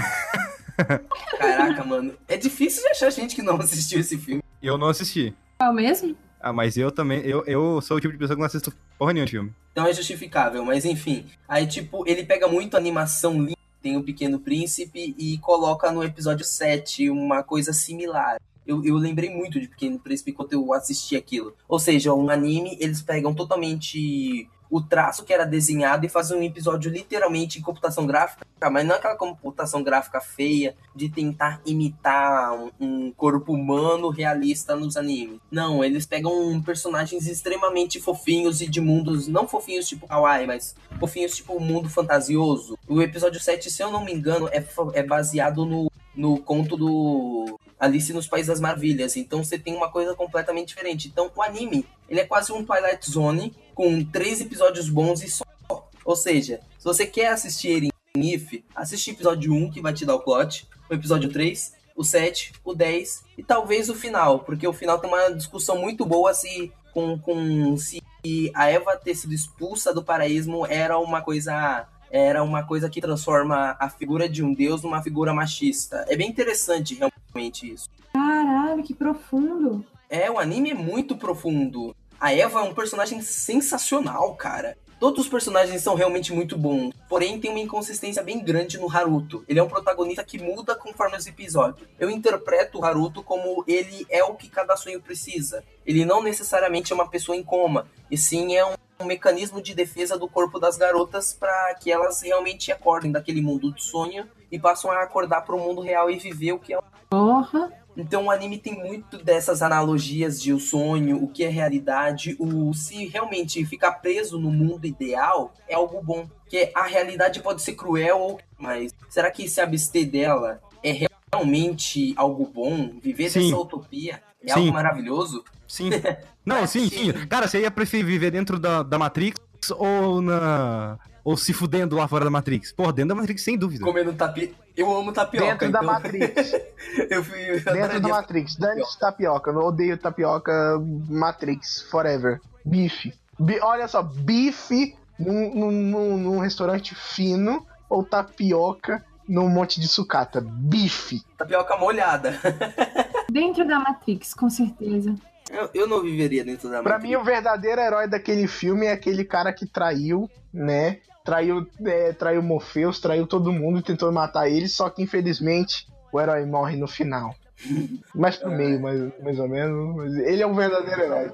Caraca, mano, é difícil de achar gente que não assistiu esse filme.
Eu não assisti.
É o mesmo?
Ah, mas eu também, eu, eu sou o tipo de pessoa que não assisto porra nenhuma de filme.
Então é justificável, mas enfim. Aí, tipo, ele pega muito a animação linda, tem o Pequeno Príncipe, e coloca no episódio sete uma coisa similar. Eu, eu lembrei muito de Pequeno Príncipe quando eu assisti aquilo. Ou seja, um anime, eles pegam totalmente o traço que era desenhado e fazem um episódio literalmente em computação gráfica, mas não aquela computação gráfica feia de tentar imitar um, um corpo humano realista nos animes. Não, eles pegam personagens extremamente fofinhos e de mundos, não fofinhos tipo kawaii, mas fofinhos tipo mundo fantasioso. O episódio sete, se eu não me engano, é, é baseado no, no conto do Alice nos Países das Maravilhas. Então você tem uma coisa completamente diferente. Então o anime, ele é quase um Twilight Zone com três episódios bons e só. Ou seja, se você quer assistir ele em If, assiste o episódio um, que vai te dar o plot, o episódio três, o sete, o dez e talvez o final, porque o final tem uma discussão muito boa se, com, com, se a Eva ter sido expulsa do paraíso era uma coisa... era uma coisa que transforma a figura de um deus numa figura machista. É bem interessante, realmente, isso.
Caralho, que profundo.
É, o anime é muito profundo. A Eva é um personagem sensacional, cara. Todos os personagens são realmente muito bons. Porém, tem uma inconsistência bem grande no Haruto. Ele é um protagonista que muda conforme os episódios. Eu interpreto o Haruto como ele é o que cada sonho precisa. Ele não necessariamente é uma pessoa em coma, e sim é um um mecanismo de defesa do corpo das garotas para que elas realmente acordem daquele mundo de sonho e passam a acordar para o mundo real e viver o que é.
Porra.
Então o anime tem muito dessas analogias de o sonho, o que é realidade, o se realmente ficar preso no mundo ideal é algo bom, porque a realidade pode ser cruel, mas será que se abster dela é realmente algo bom? Viver
Sim.
dessa utopia é
Sim.
algo maravilhoso?
Sim. Não, sim, sim. Cara, você ia preferir viver dentro da, da Matrix ou na... ou se fudendo lá fora da Matrix? Porra, dentro da Matrix, sem dúvida.
Comendo tapioca. Eu amo tapioca.
Dentro da
então...
Matrix.
eu fui, eu
Dentro da
adoraria-
Matrix. Dane-se tapioca. Eu não odeio tapioca. Matrix. Forever. Bife. Bi- Olha só. Bife num, num, num, num restaurante fino ou tapioca num monte de sucata. Bife.
Tapioca molhada.
Dentro da Matrix, com certeza.
Eu, eu não viveria dentro da
Pra
Matrix.
mim, o verdadeiro herói daquele filme é aquele cara que traiu, né? Traiu, é, traiu Morpheus, traiu todo mundo e tentou matar ele, só que infelizmente o herói morre no final. Mais pro meio, mais, mais ou menos. Mas ele é o verdadeiro herói.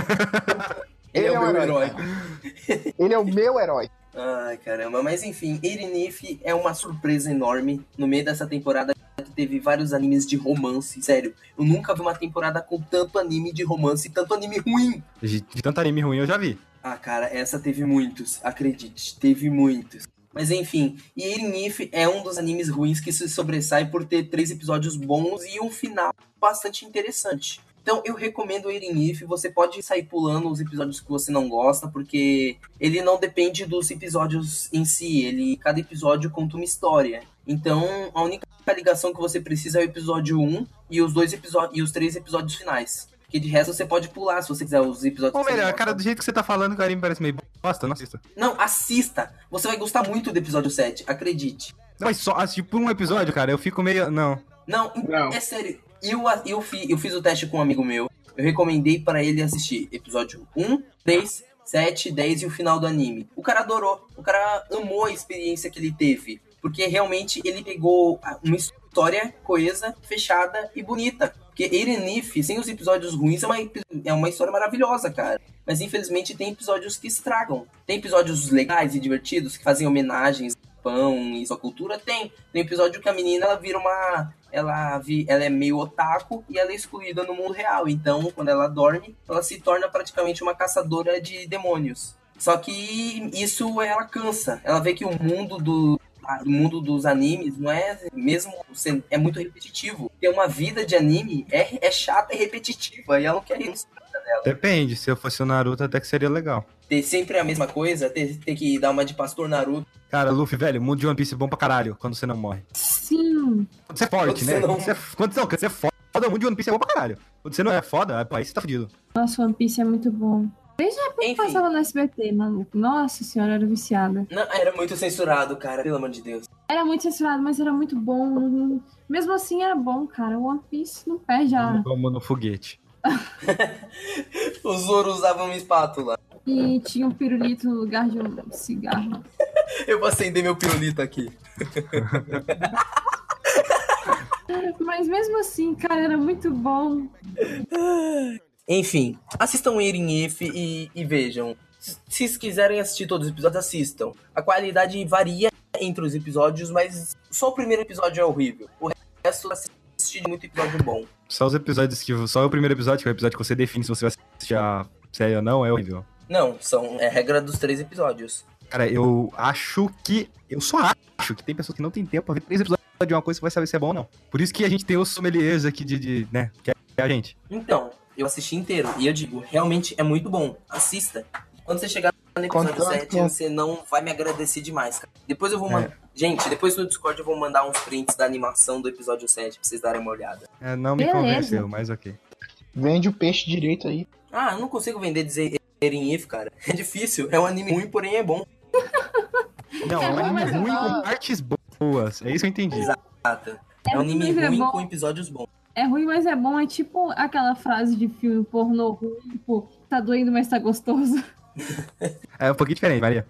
Ele, é o meu herói.
cara. Ele é o meu herói.
Ai, caramba. Mas enfim, Erinif é uma surpresa enorme. No meio dessa temporada teve vários animes de romance. Sério, eu nunca vi uma temporada com tanto anime de romance e tanto anime ruim.
De, de tanto anime ruim eu já vi.
Ah, cara, essa teve muitos. Acredite, teve muitos. Mas enfim, e Erinif é um dos animes ruins que se sobressai por ter três episódios bons e um final bastante interessante. Então eu recomendo o Erinif, você pode sair pulando os episódios que você não gosta, porque ele não depende dos episódios em si, ele cada episódio conta uma história. Então a única ligação que você precisa é o episódio um e os dois episódios e os três episódios finais. Porque de resto você pode pular se você quiser os episódios.
Ou
que você
melhor,
não
cara,
gosta.
do jeito que você tá falando, o anime parece meio bosta, não assista.
Não, assista! Você vai gostar muito do episódio sete, acredite.
Não, mas só assistir por um episódio, cara, eu fico meio... Não.
Não,
Não.
é sério. Eu, eu, fi, eu fiz o teste com um amigo meu. Eu recomendei para ele assistir episódio um, três, sete, dez e o final do anime. O cara adorou. O cara amou a experiência que ele teve. Porque realmente ele pegou uma história coesa, fechada e bonita. Porque Erinif, sem os episódios ruins, é uma, é uma história maravilhosa, cara. Mas infelizmente tem episódios que estragam. Tem episódios legais e divertidos que fazem homenagens Japão e sua cultura? Tem. Tem episódio que a menina ela vira uma... Ela, vi, ela é meio otaku e ela é excluída no mundo real. Então, quando ela dorme, ela se torna praticamente uma caçadora de demônios. Só que isso ela cansa. Ela vê que o mundo do... O mundo dos animes não é mesmo, é muito repetitivo. Ter uma vida de anime é, é chata e repetitiva e ela não quer isso pra vida dela.
Depende, se eu fosse o Naruto até que seria legal.
Ter sempre a mesma coisa, ter, ter que dar uma de pastor Naruto.
Cara, Luffy, velho, o mundo de One Piece é bom pra caralho quando você não morre.
Sim.
Quando você é forte,
Quando
né?
você não-
Quando você é, quando, não, quando você é foda, o mundo de One Piece é bom pra caralho. Quando você não é foda, aí você tá fudido.
Nossa, One Piece é muito bom. Desde a época que
Enfim,
passava no S B T, maluco. Nossa senhora, eu era viciada.
não, era muito censurado, cara, pelo amor de Deus.
Era muito censurado, mas era muito bom. Mesmo assim, era bom, cara. O One Piece não perde a...
Como no foguete.
O Zoro usava uma espátula.
E tinha um pirulito no lugar de um cigarro.
Eu vou acender meu pirulito aqui.
Mas mesmo assim, cara, era muito bom.
Enfim, assistam Eren If e, e vejam. Se vocês quiserem assistir todos os episódios, assistam. A qualidade varia entre os episódios, mas só o primeiro episódio é horrível. O resto, assistir muito episódio bom.
Só os episódios que. Só o primeiro episódio, que é o episódio que você define se você vai assistir a série ou não, é horrível.
Não, são, é regra dos três episódios.
Cara, eu acho que. Eu só acho que tem pessoas que não tem tempo pra ver três episódios de uma coisa que vai saber se é bom ou não. Por isso que a gente tem os sommeliers aqui de. de né? Que é a gente.
Então, eu assisti inteiro e eu digo, realmente é muito bom. Assista. Quando você chegar no episódio
Contato.
sete, você não vai me agradecer demais, cara. Depois eu vou
É.
mandar. Gente, depois no Discord eu vou mandar uns prints da animação do episódio sete pra vocês darem uma olhada.
É, não me
Beleza.
convenceu, mas ok.
Vende o peixe direito aí.
Ah, eu não consigo vender dizer Eren If, cara. É difícil. É um anime ruim, porém é bom.
Não, é um
É,
anime
mas é
ruim
bom.
com partes boas. É isso que eu entendi.
Exato. É um anime
mas é
ruim
bom.
com episódios bons.
É ruim, mas é bom. É tipo aquela frase de filme pornô ruim, tipo, tá doendo, mas tá gostoso.
É um pouquinho diferente, Maria.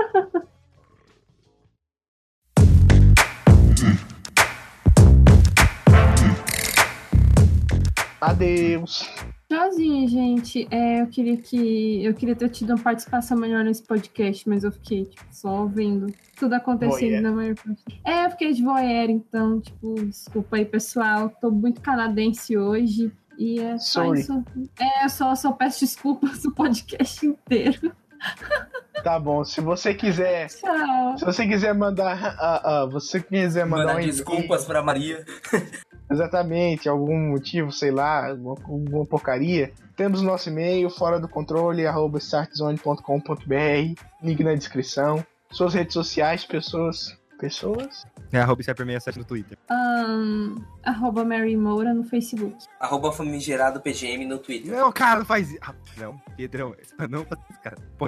Adeus.
Tchauzinho, gente. É, eu queria que. Eu queria ter tido uma participação melhor nesse podcast, mas eu fiquei, tipo, só vendo tudo acontecendo
Voyeur.
na maior parte. É, eu fiquei de voyeur, então, tipo, desculpa aí, pessoal. Tô muito canadense hoje. E é só
Sorry.
isso. É, eu só, só peço desculpas o podcast inteiro.
Tá bom, se você quiser.
Tchau.
Se você quiser mandar. ah, ah, você quiser mandar
Mandar
um e-mail,
desculpas pra Maria.
exatamente, algum motivo, sei lá, alguma, alguma porcaria, temos o nosso e-mail, fora do controle, arroba startzone ponto com ponto br, link na descrição. Suas redes sociais, pessoas. Pessoas?
É arroba Cyper sessenta e sete no Twitter.
Ahn, arroba Mary Moura no Facebook.
Arroba famigerado P G M no Twitter.
Não, cara, não faz isso. Ah, não, Pedrão, não faz isso, cara. Pô,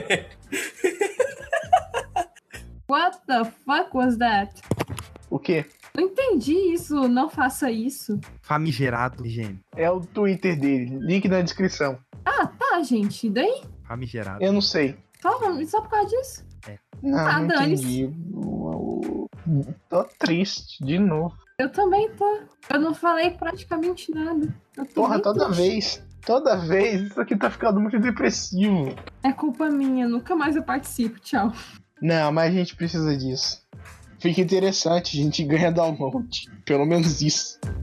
What the fuck was that?
O quê?
Não entendi isso, não faça isso.
famigerado, gênio.
É o Twitter dele, link na descrição.
Ah, tá, gente. E daí?
Famigerado.
Eu não sei.
Só, só por causa disso?
Não,
Ah,
não
dane-se.
entendi. Tô triste, de novo.
Eu também tô. Eu não falei praticamente nada. Eu tô
Porra,
bem
toda
triste.
vez. Toda vez, isso aqui tá ficando muito depressivo.
É culpa minha, nunca mais eu participo. Tchau.
Não, mas a gente precisa disso. Fica interessante, a gente ganha download. Pelo menos isso.